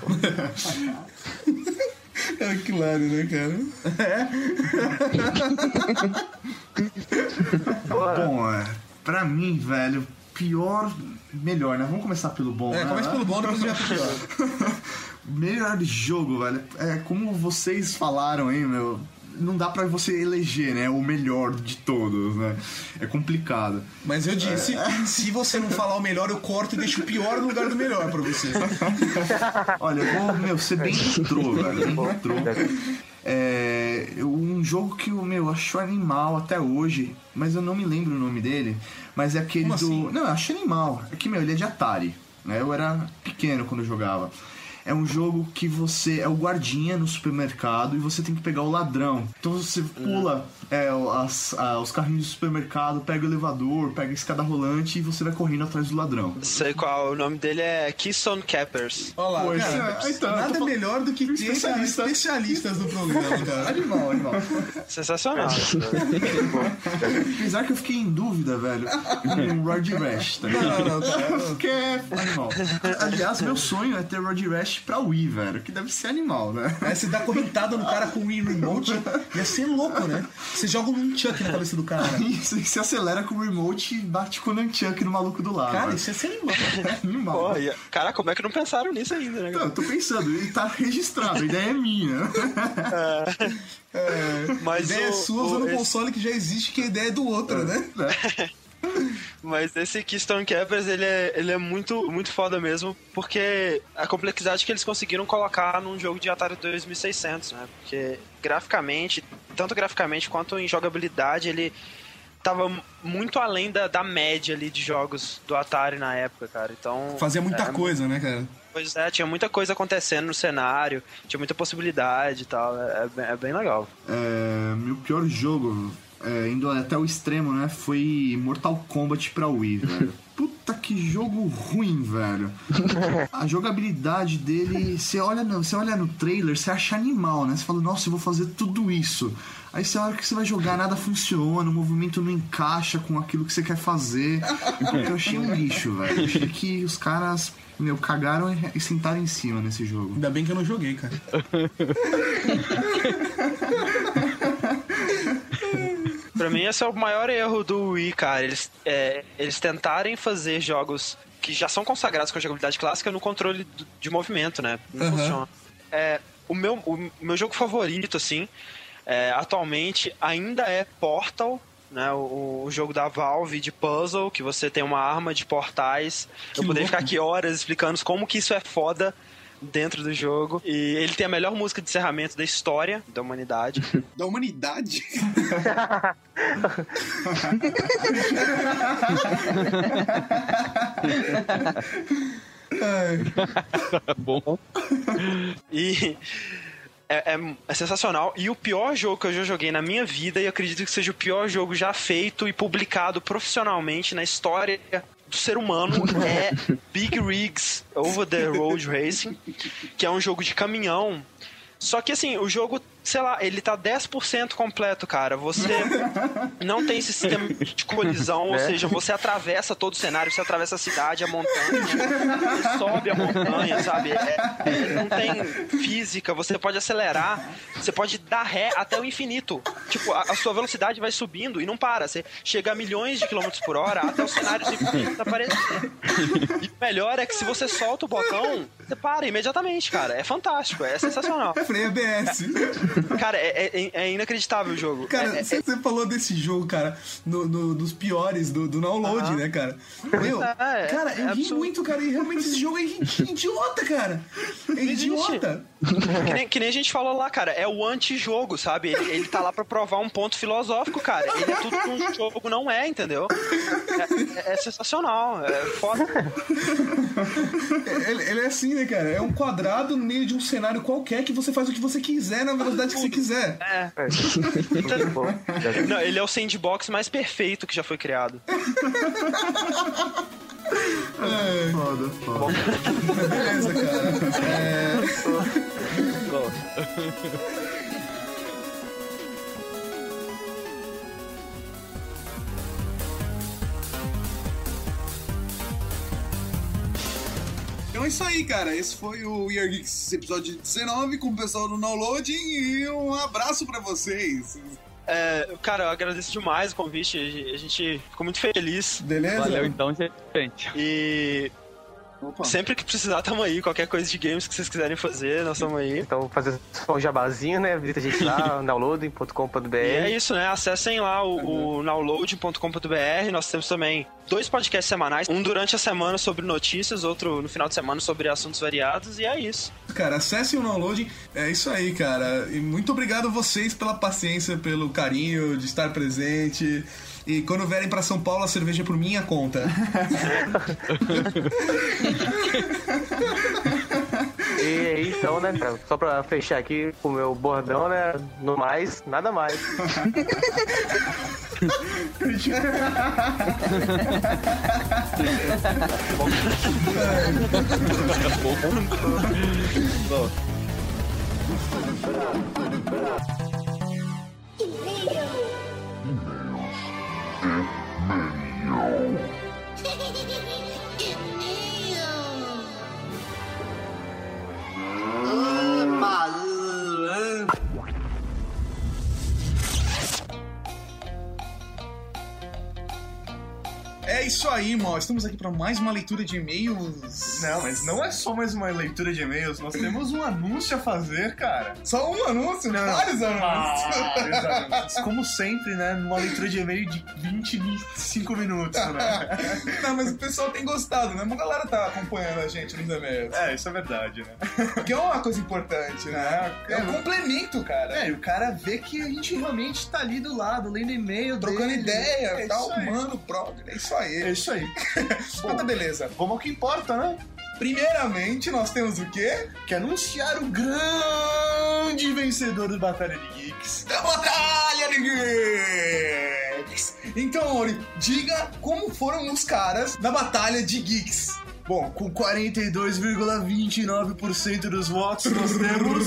B: É claro, né, cara?
G: Bom, pra mim, velho, melhor, né? Vamos começar pelo bom.
B: Começa pelo bom, depois já pro pior.
G: Melhor jogo, velho. Como vocês falaram aí, meu, não dá pra você eleger, né, o melhor de todos, né? É complicado.
B: Mas eu disse, se você não falar o melhor, eu corto e deixo o pior no lugar do melhor pra você.
G: Olha, eu vou, ser bem retrô, velho. Bem retrô. Um jogo que eu acho animal até hoje, mas eu não me lembro o nome dele, mas é aquele assim? Não, eu acho animal. É que, ele é de Atari, né? Eu era pequeno quando eu jogava. É um jogo que você é o guardinha no supermercado e você tem que pegar o ladrão. Então você pula os carrinhos do supermercado, pega o elevador, pega a escada rolante e você vai correndo atrás do ladrão.
E: Sei qual, o nome dele é Keystone Cappers.
B: Olha lá, cara, então, nada melhor do que ter especialistas no programa, cara.
G: Animal.
E: Sensacional.
G: Apesar que eu fiquei em dúvida, velho, com Road Rash, tá ligado?
B: Não, cara.
G: Porque é animal. Aliás, meu sonho é ter Road Rash pra Wii, velho, que deve ser animal, né?
B: Você dá correntada no cara com o Wii Remote, ia ser louco, né? Você joga um nunchuck na cabeça do cara.
G: Isso, e você acelera com o remote e bate com o nunchuck no maluco do lado.
B: Cara, isso ia ser
G: animal.
E: Pô, cara, como é que não pensaram nisso ainda, né?
G: Então, eu tô pensando, ele tá registrado, a ideia é minha.
B: Mas a ideia é sua usando um console que já existe, que a ideia é do outro, né?
E: Mas esse Keystone Capers, ele é muito, muito foda mesmo, porque a complexidade que eles conseguiram colocar num jogo de Atari 2600, né? Porque graficamente, tanto graficamente quanto em jogabilidade, ele tava muito além da média ali de jogos do Atari na época, cara. Então
B: Fazia muita coisa, né, cara?
E: Pois é, tinha muita coisa acontecendo no cenário, tinha muita possibilidade e tal, é bem legal.
G: Meu pior jogo, indo até o extremo, né, foi Mortal Kombat pra Wii, velho. Puta que jogo ruim, velho. A jogabilidade dele, você olha no trailer, você acha animal, né? Você fala, nossa, eu vou fazer tudo isso. Aí você olha que você vai jogar, nada funciona, o movimento não encaixa com aquilo que você quer fazer. Eu achei um lixo, velho. Eu achei que os caras, cagaram e sentaram em cima nesse jogo.
B: Ainda bem que eu não joguei, cara.
E: Pra mim, esse é o maior erro do Wii, cara. Eles tentarem fazer jogos que já são consagrados com a jogabilidade clássica no controle de movimento, né? Não funciona. O meu jogo favorito, assim, atualmente ainda é Portal, né? O jogo da Valve de puzzle, que você tem uma arma de portais. Eu poderia ficar aqui horas explicando como que isso é foda dentro do jogo. E ele tem a melhor música de encerramento da história da humanidade.
B: Da humanidade?
F: Bom.
E: E é sensacional. E o pior jogo que eu já joguei na minha vida, e eu acredito que seja o pior jogo já feito e publicado profissionalmente na história do ser humano, é Big Rigs Over the Road Racing, que é um jogo de caminhão. Só que assim, o jogo, sei lá, ele tá 10% completo, cara. Você não tem esse sistema de colisão, ou seja, você atravessa todo o cenário, você atravessa a cidade, a montanha, você sobe a montanha, sabe? Não tem física, você pode acelerar, você pode dar ré até o infinito. Tipo, a sua velocidade vai subindo e não para. Você chega a milhões de quilômetros por hora até os cenários infinitos aparecer. E o melhor é que se você solta o botão, você para imediatamente, cara. É fantástico, é sensacional.
B: Freio ABS.
E: Cara, é inacreditável o jogo.
B: Cara, você falou desse jogo, cara, nos piores do download, né, cara? Meu, cara, eu ri muito, cara, e realmente esse jogo é idiota, cara. É idiota.
E: Que nem a gente falou lá, cara, é o anti-jogo, sabe? Ele tá lá pra provar um ponto filosófico, cara. Ele é tudo que um jogo não é, entendeu? É sensacional, é foda.
B: Ele é assim, né, cara? É um quadrado no meio de um cenário qualquer que você faz o que você quiser na velocidade que você quiser.
E: Não, ele é o sandbox mais perfeito que já foi criado.
G: Foda.
B: Beleza, cara. Então é isso aí, cara. Esse foi o We Are Geeks episódio 19 com o pessoal do Downloading e um abraço pra vocês.
E: Cara, eu agradeço demais o convite. A gente ficou muito feliz.
B: Beleza?
F: Valeu então, gente.
E: E
B: Opa.
E: sempre que precisar, tamo aí. Qualquer coisa de games que vocês quiserem fazer, nós estamos aí.
C: Então, fazer só um jabazinho, né? Visita a gente lá, downloading.com.br.
E: E é isso, né? Acessem lá o download.com.br. Nós temos também 2 podcasts semanais. Um durante a semana sobre notícias, outro no final de semana sobre assuntos variados. E é isso.
B: Cara, acessem o Downloading. É isso aí, cara. E muito obrigado a vocês pela paciência, pelo carinho de estar presente. E quando vierem pra São Paulo, a cerveja é por minha conta.
C: E então, né, cara, só pra fechar aqui com o meu bordão, né? No mais, nada mais.
B: É isso aí, Mal. Estamos aqui para mais uma leitura de e-mails.
G: Não, mas não é só mais uma leitura de e-mails. Nós temos um anúncio a fazer, cara.
B: Só um anúncio?
G: Não.
B: Vários anúncios.
G: Exatamente. Como sempre, né? Numa leitura de e-mail de 25 minutos, né?
B: Não, mas o pessoal tem gostado, né? Uma galera tá acompanhando a gente nos e-mails.
G: É, isso é verdade, né?
B: Que é uma coisa importante, né? É um complemento, cara.
G: É, e o cara vê que a gente realmente tá ali do lado, lendo e-mail,
B: Trocando
G: dele.
B: ideia,
G: É
B: tal,
G: isso aí.
B: mano, brother. É isso aí.
G: É isso aí.
B: Mas tá beleza.
G: Vamos ao que importa, né?
B: Primeiramente, nós temos o quê?
G: Que anunciar o grande vencedor do Batalha de Geeks.
B: Da Batalha de Geeks! Então, Ori, diga como foram os caras da Batalha de Geeks.
G: Bom, com 42,29% dos votos, nós temos...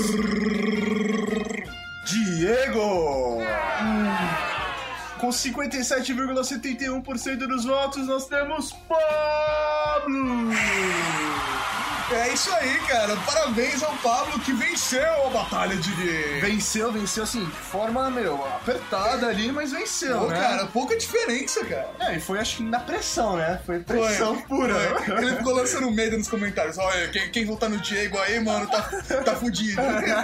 G: Diego! Com 57,71% dos votos, nós temos Pablo!
B: É isso aí, cara. Parabéns ao Pablo que venceu a Batalha de Geeks.
G: Venceu assim, de forma, apertada ali, mas venceu,
B: Pô,
G: né?
B: cara, pouca diferença, cara.
G: É, e foi, acho que na pressão, né? Foi pressão pura.
B: Foi. Ele ficou lançando medo nos comentários. Olha, quem votar no Diego aí, mano, tá fudido.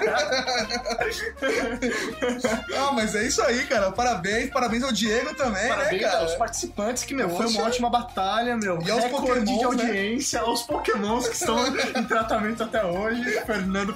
B: Ah, mas é isso aí, cara. Parabéns ao Diego também,
G: Parabéns
B: né, cara?
G: aos participantes, que, foi
B: Poxa.
G: uma ótima batalha,
B: E aos
G: recorde
B: Pokémons,
G: de audiência, aos Pokémons que estão em tratamento até hoje. Fernando.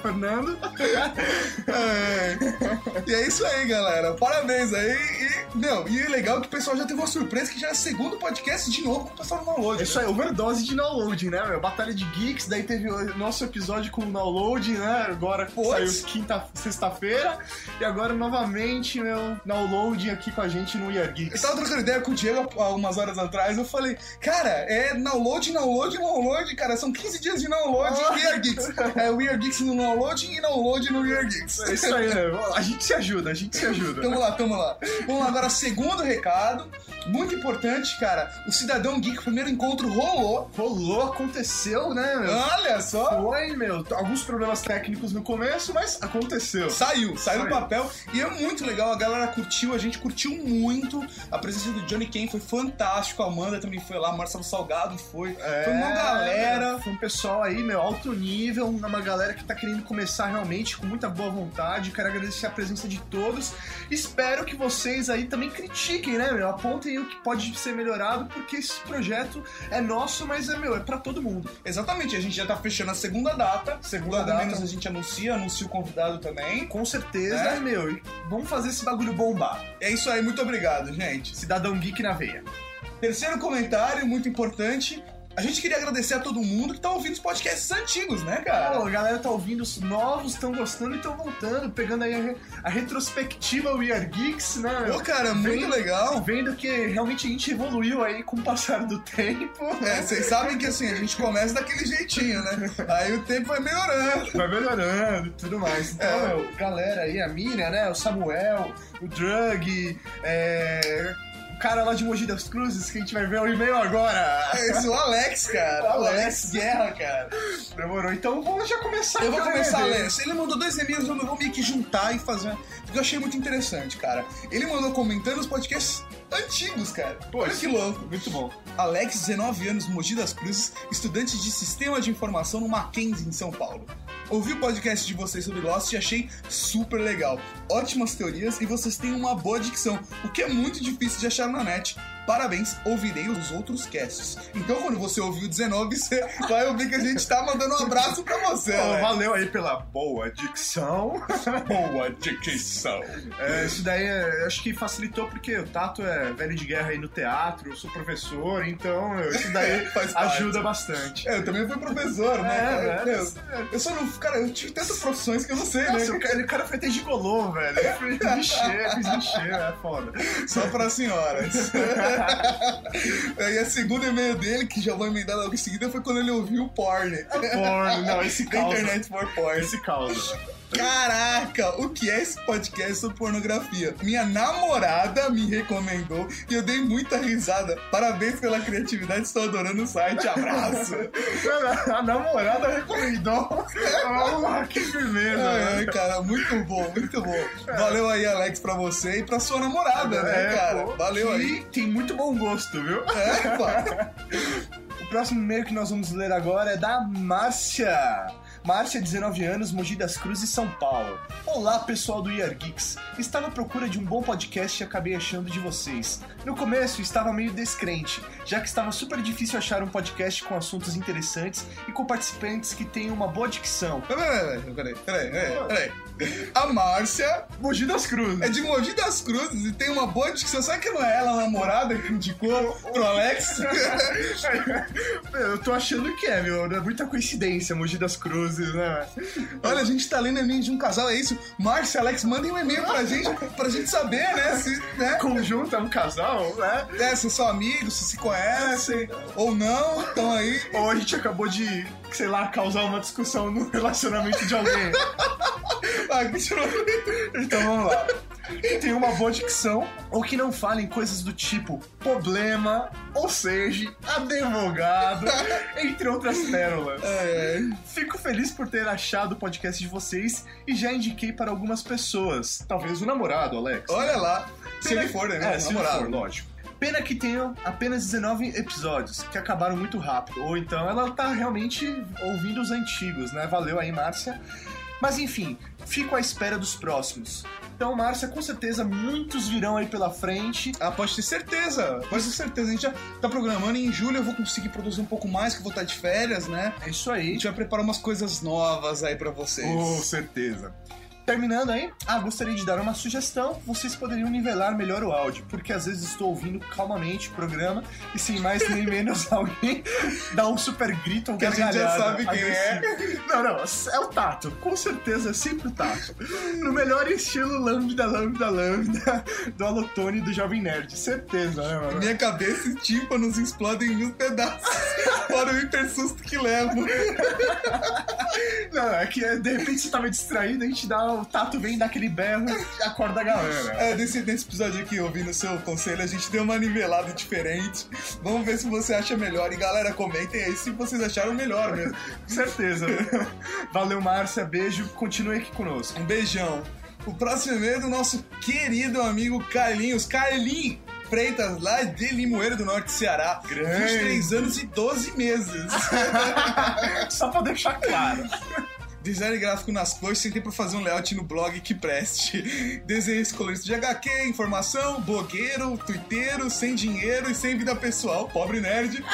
B: E é isso aí, galera. Parabéns aí. E é legal que o pessoal já teve uma surpresa que já é o segundo podcast de novo com o pessoal do download.
G: Isso aí, overdose de download, né, meu? Batalha de Geeks, daí teve o nosso episódio com o download, né? Agora saiu sexta-feira. E agora novamente, download aqui com a gente no We Are Geeks.
B: Eu tava trocando ideia com o Diego há umas horas atrás. Eu falei, cara, é download, cara. São 15 dias de download em We Are Geeks. É We Are Geeks no download e download no We Are Geeks.
G: É isso aí, né? A gente se ajuda.
B: Tamo lá. Vamos lá, agora, segundo recado. Muito importante, cara. O Cidadão Geek, o primeiro encontro rolou,
G: aconteceu, né, meu?
B: Olha só.
G: Foi, alguns problemas técnicos no começo, mas aconteceu.
B: Saiu no papel e é muito legal, a galera curtiu, a gente curtiu muito. A presença do Johnny Ken foi fantástico, a Amanda também foi lá, Marcelo Salgado foi uma galera.
G: Foi um pessoal aí, alto nível, uma galera que tá querendo começar realmente com muita boa vontade. Quero agradecer a presença de todos. Espero que vocês aí também critiquem, né, apontem o que pode ser melhorado, porque esse projeto é nosso, mas é pra todo mundo.
B: Exatamente, a gente já tá fechando a segunda data. Logo menos a gente anuncia o convidado também.
G: Com certeza, E vamos fazer esse bagulho bombar.
B: É isso aí, muito obrigado, gente.
G: Cidadão Geek na veia.
B: Terceiro comentário, muito importante. A gente queria agradecer a todo mundo que tá ouvindo os podcasts antigos, né, cara?
G: A galera tá ouvindo os novos, estão gostando e estão voltando, pegando aí a retrospectiva We Are Geeks, né?
B: Pô, cara, muito legal.
G: Vendo que realmente a gente evoluiu aí com o passar do tempo.
B: Vocês sabem que assim, a gente começa daquele jeitinho, né? Aí o tempo vai melhorando.
G: E tudo mais. Então, galera aí, a Miriam, né? O Samuel, o Drug, o cara lá de Mogi das Cruzes, que a gente vai ver o e-mail agora.
B: Esse é o Alex, cara. O Alex Guerra, cara.
G: Demorou. Então vamos já começar.
B: Eu vou começar a ler. Ele mandou 2 e-mails, eu vou meio que juntar e fazer. Porque eu achei muito interessante, cara. Ele mandou comentando os podcasts antigos, cara. Olha que louco.
G: Muito bom.
B: Alex, 19 anos, Mogi das Cruzes, estudante de Sistema de Informação no Mackenzie, em São Paulo. Ouvi o podcast de vocês sobre Lost e achei super legal. Ótimas teorias e vocês têm uma boa dicção, o que é muito difícil de achar na net. Parabéns, ouvirei os outros casts. Então, quando você ouvir o 19, você vai ouvir que a gente tá mandando um abraço pra você. Né?
G: Valeu aí pela boa dicção.
B: Boa dicção.
G: Isso daí acho que facilitou porque o Tato é velho de guerra aí no teatro, eu sou professor, então isso daí ajuda bastante.
B: Eu também fui professor, né? Eu só não... Cara, eu tive tantas profissões que eu não sei, né?
G: O cara foi até gigolô, velho. Fiz lixê, é foda.
B: Só para senhoras. E a segunda e-mail dele, que já vou emendar logo em seguida, foi quando ele ouviu o porn.
G: Não, esse causa.
B: Internet for porn.
G: Esse causa.
B: Caraca, o que é esse podcast sobre pornografia? Minha namorada me recomendou e eu dei muita risada. Parabéns pela criatividade, estou adorando o site. Abraço.
G: A namorada recomendou. Que firmeza,
B: É, cara, muito bom, muito bom. Valeu aí, Alex, pra você e pra sua namorada, né, cara?
G: Pô,
B: Valeu aí.
G: Tem muito bom gosto, viu?
B: Pá.
G: O próximo e-mail que nós vamos ler agora é da Márcia. Márcia, 19 anos, Mogi das Cruzes, São Paulo. Olá, pessoal do Year Geeks. Estava à procura de um bom podcast e acabei achando de vocês. No começo, estava meio descrente, já que estava super difícil achar um podcast com assuntos interessantes e com participantes que tenham uma boa dicção.
B: Peraí. A Márcia
G: Mogi das Cruzes.
B: é de Mogi das Cruzes e tem uma boa dicção. Sabe que não é ela a namorada que indicou pro Alex?
G: Eu tô achando que é, meu. Não é muita coincidência, Mogi das Cruzes, né?
B: Olha, a gente tá lendo e-mail de um casal, é isso? Márcia, Alex, mandem um e-mail pra gente saber, né? Se, né?
G: Conjunto é um casal, né?
B: Se são amigos, se conhecem, ou não, estão aí.
G: Ou a gente acabou de, sei lá, causar uma discussão no relacionamento de alguém. Então vamos lá. Que tem uma boa dicção, ou que não falem coisas do tipo problema, ou seja, advogado, entre outras pérolas. Fico feliz por ter achado o podcast de vocês e já indiquei para algumas pessoas. Talvez o namorado, Alex.
B: Olha lá, se ele for, né?
G: Se ele for, lógico. Pena que tenham apenas 19 episódios, que acabaram muito rápido. Ou então ela tá realmente ouvindo os antigos, né? Valeu aí, Márcia. Mas enfim, fico à espera dos próximos. Então, Márcia, com certeza muitos virão aí pela frente.
B: Pode ter certeza, A gente já tá programando e em julho eu vou conseguir produzir um pouco mais, que eu vou estar de férias, né?
G: É isso aí.
B: A gente vai preparar umas coisas novas aí pra vocês.
G: Com certeza. Terminando aí, gostaria de dar uma sugestão. Vocês poderiam nivelar melhor o áudio, porque às vezes estou ouvindo calmamente o programa e sem mais nem menos alguém dá um super grito ou
B: que a gente já sabe quem
G: agressivo. Não, é o Tato. Com certeza é sempre o Tato. No melhor estilo lambda do Alotone do Jovem Nerd. Certeza, né, mano?
B: Minha cabeça e tímpanos explodem em mil pedaços. Fora o hiper susto que levo.
G: Não, é que de repente você tava distraído, a gente dá o Tato vem daquele berro e acorda a galera.
B: Nesse episódio aqui, ouvindo o seu conselho, a gente deu uma nivelada diferente. Vamos ver se você acha melhor. E galera, comentem aí se vocês acharam melhor mesmo.
G: Certeza. Valeu, Márcia. Beijo. Continue aqui conosco.
B: Um beijão. O próximo e-mail é do nosso querido amigo Carlinhos. Carlinhos Freitas, lá de Limoeiro do Norte, Ceará.
G: Grande.
B: 23 anos e 12 meses.
G: Só pra deixar claro.
B: Design gráfico nas cores, tentei pra fazer um layout no blog que preste. Desenhos coloristas de HQ, informação, blogueiro, twitteiro, sem dinheiro e sem vida pessoal, pobre nerd.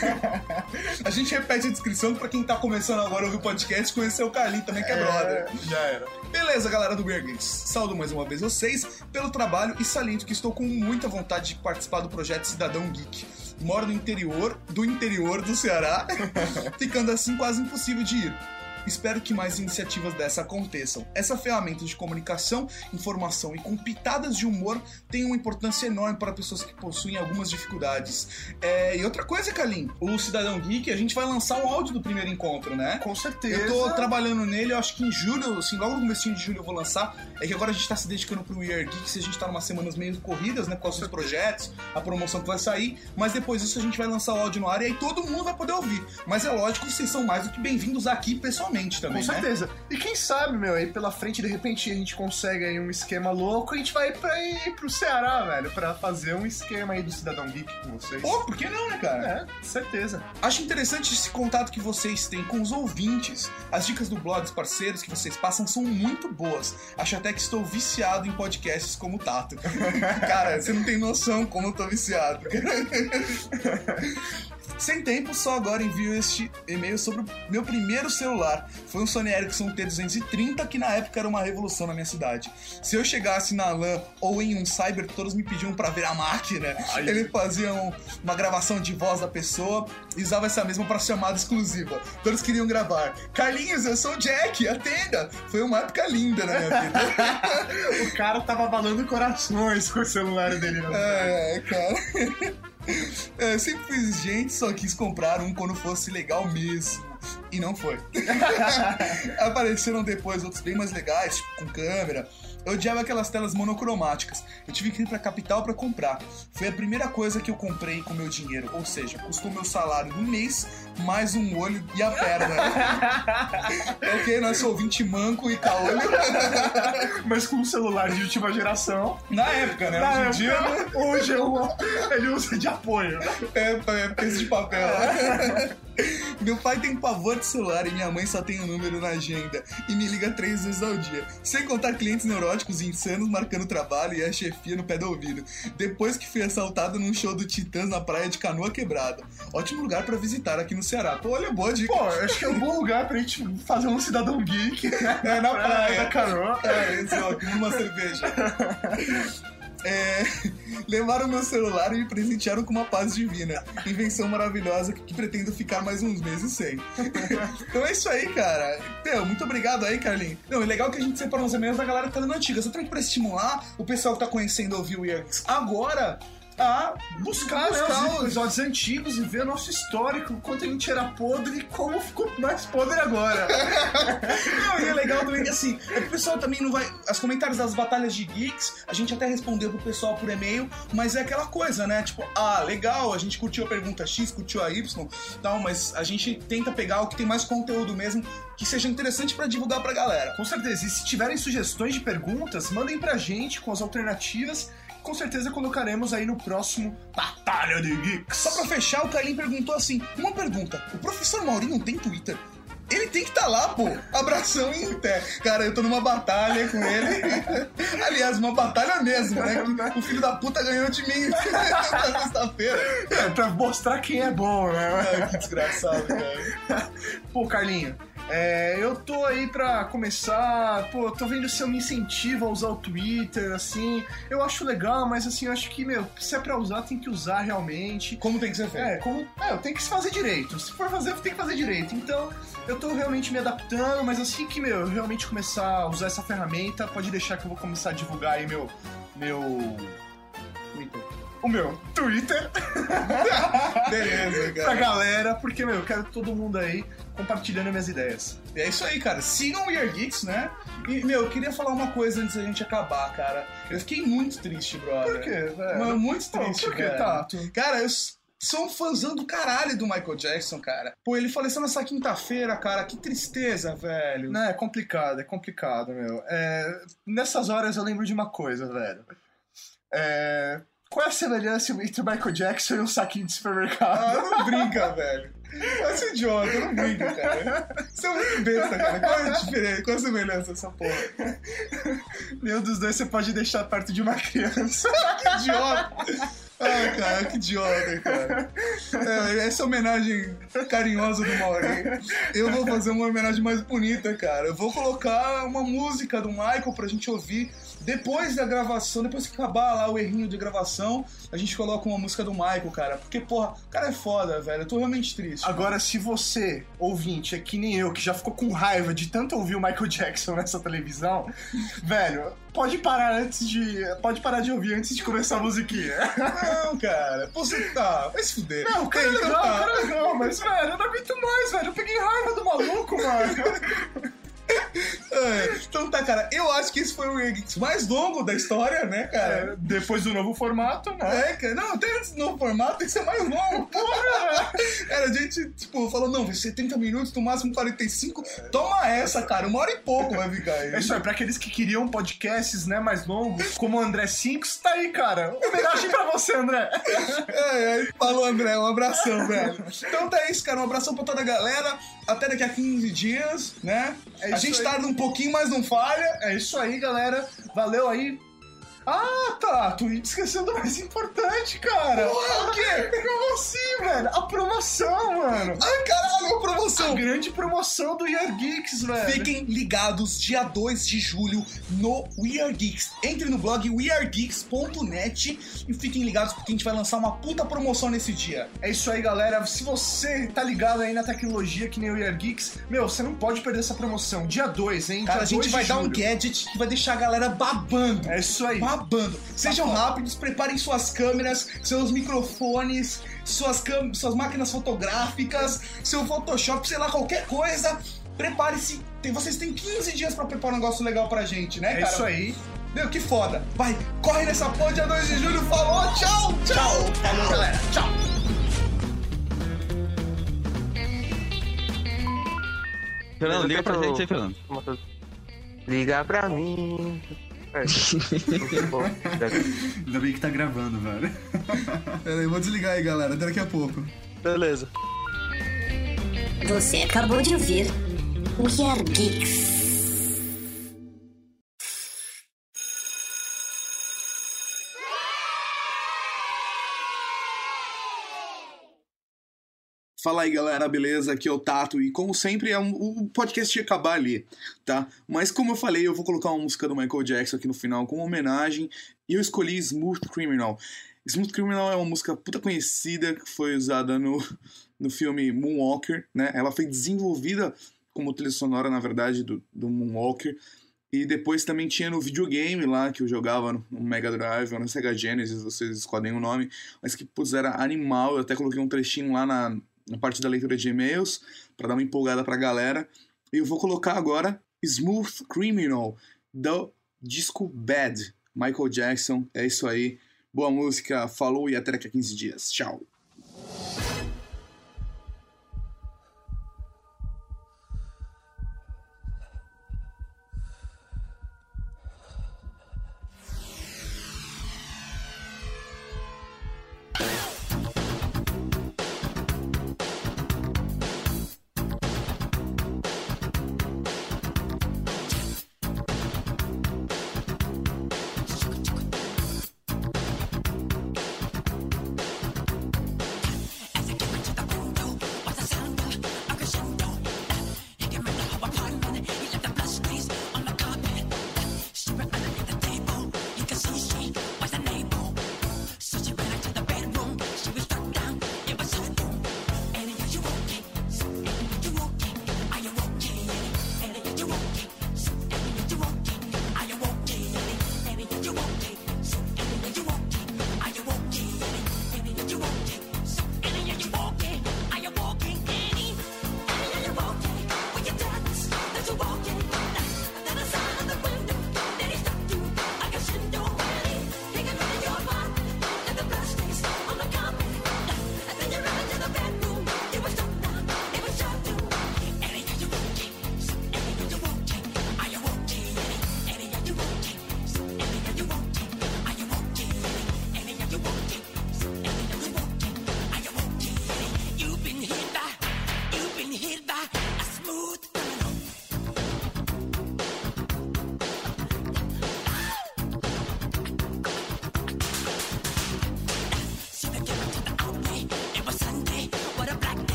B: A gente repete a descrição pra quem tá começando agora a ouvir o podcast conhecer o Carlinho também, que é brother.
G: Já era.
B: Beleza, galera do Year Geeks. Saúdo mais uma vez vocês pelo trabalho e saliento que estou com muita vontade de participar do projeto Cidadão Geek. Moro no interior do Ceará, ficando assim quase impossível de ir. Espero que mais iniciativas dessa aconteçam. Essa ferramenta de comunicação, informação e com pitadas de humor tem uma importância enorme para pessoas que possuem algumas dificuldades. E outra coisa, Kalim, o Cidadão Geek, a gente vai lançar o áudio do primeiro encontro, né?
G: Com certeza.
B: Eu tô trabalhando nele, eu acho que em julho, assim, logo no comecinho de julho eu vou lançar. É que agora a gente tá se dedicando pro Year Geeks, a gente tá numas semanas meio corridas, né? Com causa dos projetos, a promoção que vai sair, mas depois disso a gente vai lançar o áudio no ar e aí todo mundo vai poder ouvir. Mas é lógico, vocês são mais do que bem-vindos aqui pessoalmente também,
G: com certeza. Né? E quem sabe, meu, aí pela frente, de repente, a gente consegue aí um esquema louco, a gente vai pro Ceará, velho, pra fazer um esquema aí do Cidadão Geek com vocês.
B: Pô, por que não, né, cara?
G: Certeza.
B: Acho interessante esse contato que vocês têm com os ouvintes. As dicas do blog dos parceiros que vocês passam são muito boas. Acho até que estou viciado em podcasts como o Tato. Cara, você não tem noção como eu tô viciado. Sem tempo, só agora envio este e-mail sobre o meu primeiro celular. Foi um Sony Ericsson T230, que na época era uma revolução na minha cidade. Se eu chegasse na LAN ou em um cyber, todos me pediam pra ver a máquina. Eles faziam uma gravação de voz da pessoa e usavam essa mesma pra chamada exclusiva. Todos queriam gravar. Carlinhos, eu sou o Jack, atenda! Foi uma época linda na minha vida.
G: O cara tava abalando corações com o celular dele.
B: Cara... sempre fui exigente, só quis comprar um quando fosse legal mesmo. E não foi. Apareceram depois outros bem mais legais, tipo, com câmera. Eu odiava aquelas telas monocromáticas. Eu tive que ir pra capital pra comprar. Foi a primeira coisa que eu comprei com meu dinheiro. Ou seja, custou meu salário no mês, mais um olho e a perna. Ok, nosso ouvinte manco e caolho.
G: Mas com um celular de última geração.
B: Na época, né?
G: Na
B: Hoje em dia...
G: época, hoje ele usa de apoio.
B: É esse de papel. Meu pai tem pavor de celular e minha mãe só tem o número na agenda e me liga 3 vezes ao dia. Sem contar clientes neuróticos e insanos marcando trabalho e a chefia no pé do ouvido. Depois que fui assaltado num show do Titãs na praia de Canoa Quebrada. Ótimo lugar pra visitar aqui no Ceará. Pô, olha, boa dica.
G: Pô, acho que é um bom lugar pra gente fazer um cidadão geek.
B: É, na praia.
G: Na Canoa.
B: É, isso, ó, uma cerveja. Levaram meu celular e me presentearam com uma paz divina. Invenção maravilhosa que pretendo ficar mais uns meses sem. Então é isso aí, cara. Muito obrigado aí, Carlinhos. Não, é legal que a gente separou uns e-mails da galera que tá dando antiga. Só também pra estimular o pessoal que tá conhecendo ouvir o Weird Geeks agora a buscar
G: Os
B: os
G: episódios antigos e ver nosso histórico, quanto a gente era podre e como ficou mais podre agora.
B: Não, e é legal também que assim, é que o pessoal também não vai... Os comentários das batalhas de geeks, a gente até respondeu pro pessoal por e-mail, mas é aquela coisa, né? Tipo, legal, a gente curtiu a pergunta X, curtiu a Y, tal, mas a gente tenta pegar o que tem mais conteúdo mesmo, que seja interessante pra divulgar pra galera.
G: Com certeza, e se tiverem sugestões de perguntas, mandem pra gente com as alternativas. Com certeza colocaremos aí no próximo Batalha de Geeks.
B: Só pra fechar, o Carlinhos perguntou assim, uma pergunta, o professor Maurinho tem Twitter? Ele tem que estar lá, pô. Abração em pé. Cara, eu tô numa batalha com ele. Aliás, uma batalha mesmo, né? O filho da puta ganhou de mim na sexta-feira.
G: Pra mostrar quem é bom, né?
B: Que desgraçado, cara.
G: Pô, Carlinho, eu tô aí pra começar, pô, tô vendo se eu me incentivo a usar o Twitter, assim, eu acho legal, mas assim, eu acho que, se é pra usar, tem que usar realmente.
B: Como tem que ser feito?
G: Eu tenho que se fazer direito, se for fazer, tem que fazer direito, então, eu tô realmente me adaptando, mas assim que, eu realmente começar a usar essa ferramenta, pode deixar que eu vou começar a divulgar aí meu Twitter. O meu Twitter.
B: Beleza, cara.
G: Pra galera, porque, eu quero todo mundo aí compartilhando minhas ideias.
B: É isso aí, cara. Sigam o Weird Geeks, né? E, eu queria falar uma coisa antes da gente acabar, cara. Eu fiquei muito triste, brother.
G: Por quê, velho?
B: Mano, muito triste,
G: por quê,
B: velho.
G: Tato?
B: Cara, eu sou um fãzão do caralho do Michael Jackson, cara. Pô, ele faleceu nessa quinta-feira, cara. Que tristeza, velho.
G: Não, é complicado, meu. Nessas horas eu lembro de uma coisa, velho. Qual é a semelhança entre o Michael Jackson e um saquinho de supermercado?
B: Não brinca, velho. Você é idiota, não brinca, cara. Você é muito besta, cara. Qual é a diferença? Qual a semelhança dessa porra?
G: Nenhum dos dois você pode deixar perto de uma criança.
B: Que idiota. Cara, que idiota, cara. Essa homenagem carinhosa do Maurinho. Eu vou fazer uma homenagem mais bonita, cara. Eu vou colocar uma música do Michael pra gente ouvir depois da gravação, depois que acabar lá o errinho de gravação, a gente coloca uma música do Michael, cara. Porque, porra, o cara é foda, velho. Eu tô realmente triste.
G: Agora, se você, ouvinte, é que nem eu, que já ficou com raiva de tanto ouvir o Michael Jackson nessa televisão, velho, pode parar de ouvir antes de começar a musiquinha.
B: Não, cara. Você vai se fuder.
G: Não, o cara é legal, o cara é legal, mas, velho, eu não aguento mais, velho. Eu peguei raiva do maluco, mano.
B: Então tá, cara, eu acho que esse foi o Weird Geeks mais longo da história, né, cara?
G: Depois do novo formato, né?
B: Cara, não, até antes do novo formato tem que ser mais longo, porra! A gente, falou, não, vai ser 30 minutos, no máximo 45, toma essa, cara, 1 hora e pouco vai ficar aí.
G: É isso aí, pra aqueles que queriam podcasts, né, mais longos, como o André Simples, tá aí, cara, homenagem pra você, André.
B: Falou, André, um abração, velho. Então tá isso, cara, um abração pra toda a galera, até daqui a 15 dias, né? A gente tarda um pouquinho, mas não falha.
G: É isso aí, galera. Valeu aí. Tá, tu esqueceu do mais importante, cara.
B: Porra, o quê?
G: Como assim, velho? A promoção, mano.
B: Caralho, a promoção.
G: A grande promoção do Weird Geeks, velho.
B: Fiquem ligados, dia 2 de julho, no Weird Geeks. Entre no blog weirdgeeks.net e fiquem ligados porque a gente vai lançar uma puta promoção nesse dia.
G: É isso aí, galera. Se você tá ligado aí na tecnologia que nem o Weird Geeks, você não pode perder essa promoção. Dia 2, hein?
B: Cara,
G: dia
B: a gente vai dar um gadget que vai deixar a galera babando.
G: É isso aí.
B: Babando. Sejam rápidos, preparem suas câmeras, seus microfones, suas máquinas fotográficas, seu Photoshop, sei lá, qualquer coisa. Prepare-se. Vocês têm 15 dias pra preparar um negócio legal pra gente, né, cara?
I: É isso aí.
B: Meu, que foda. Vai, corre nessa porra, dia 2 de julho. Falou, tchau, tchau.
I: Falou, galera. Tchau.
F: Fernando, liga pra gente aí, Fernando.
C: Liga pra mim.
G: Ainda bem que tá gravando, velho.
B: Pera aí, vou desligar aí, galera. Até daqui a pouco.
E: Beleza.
A: Você acabou de ouvir We Are Geeks.
B: Fala aí, galera, beleza? Aqui é o Tato e, como sempre, o podcast ia acabar ali, tá? Mas, como eu falei, eu vou colocar uma música do Michael Jackson aqui no final como homenagem e eu escolhi Smooth Criminal. Smooth Criminal é uma música puta conhecida que foi usada no filme Moonwalker, né? Ela foi desenvolvida como trilha sonora, na verdade, do Moonwalker. E depois também tinha no videogame lá, que eu jogava no Mega Drive ou no Sega Genesis, vocês escolhem o nome, mas que, putz, era animal. Eu até coloquei um trechinho lá na parte da leitura de e-mails, pra dar uma empolgada pra galera. E eu vou colocar agora Smooth Criminal, do disco Bad, Michael Jackson. É isso aí. Boa música, falou e até daqui a 15 dias. Tchau.
J: Are you okay?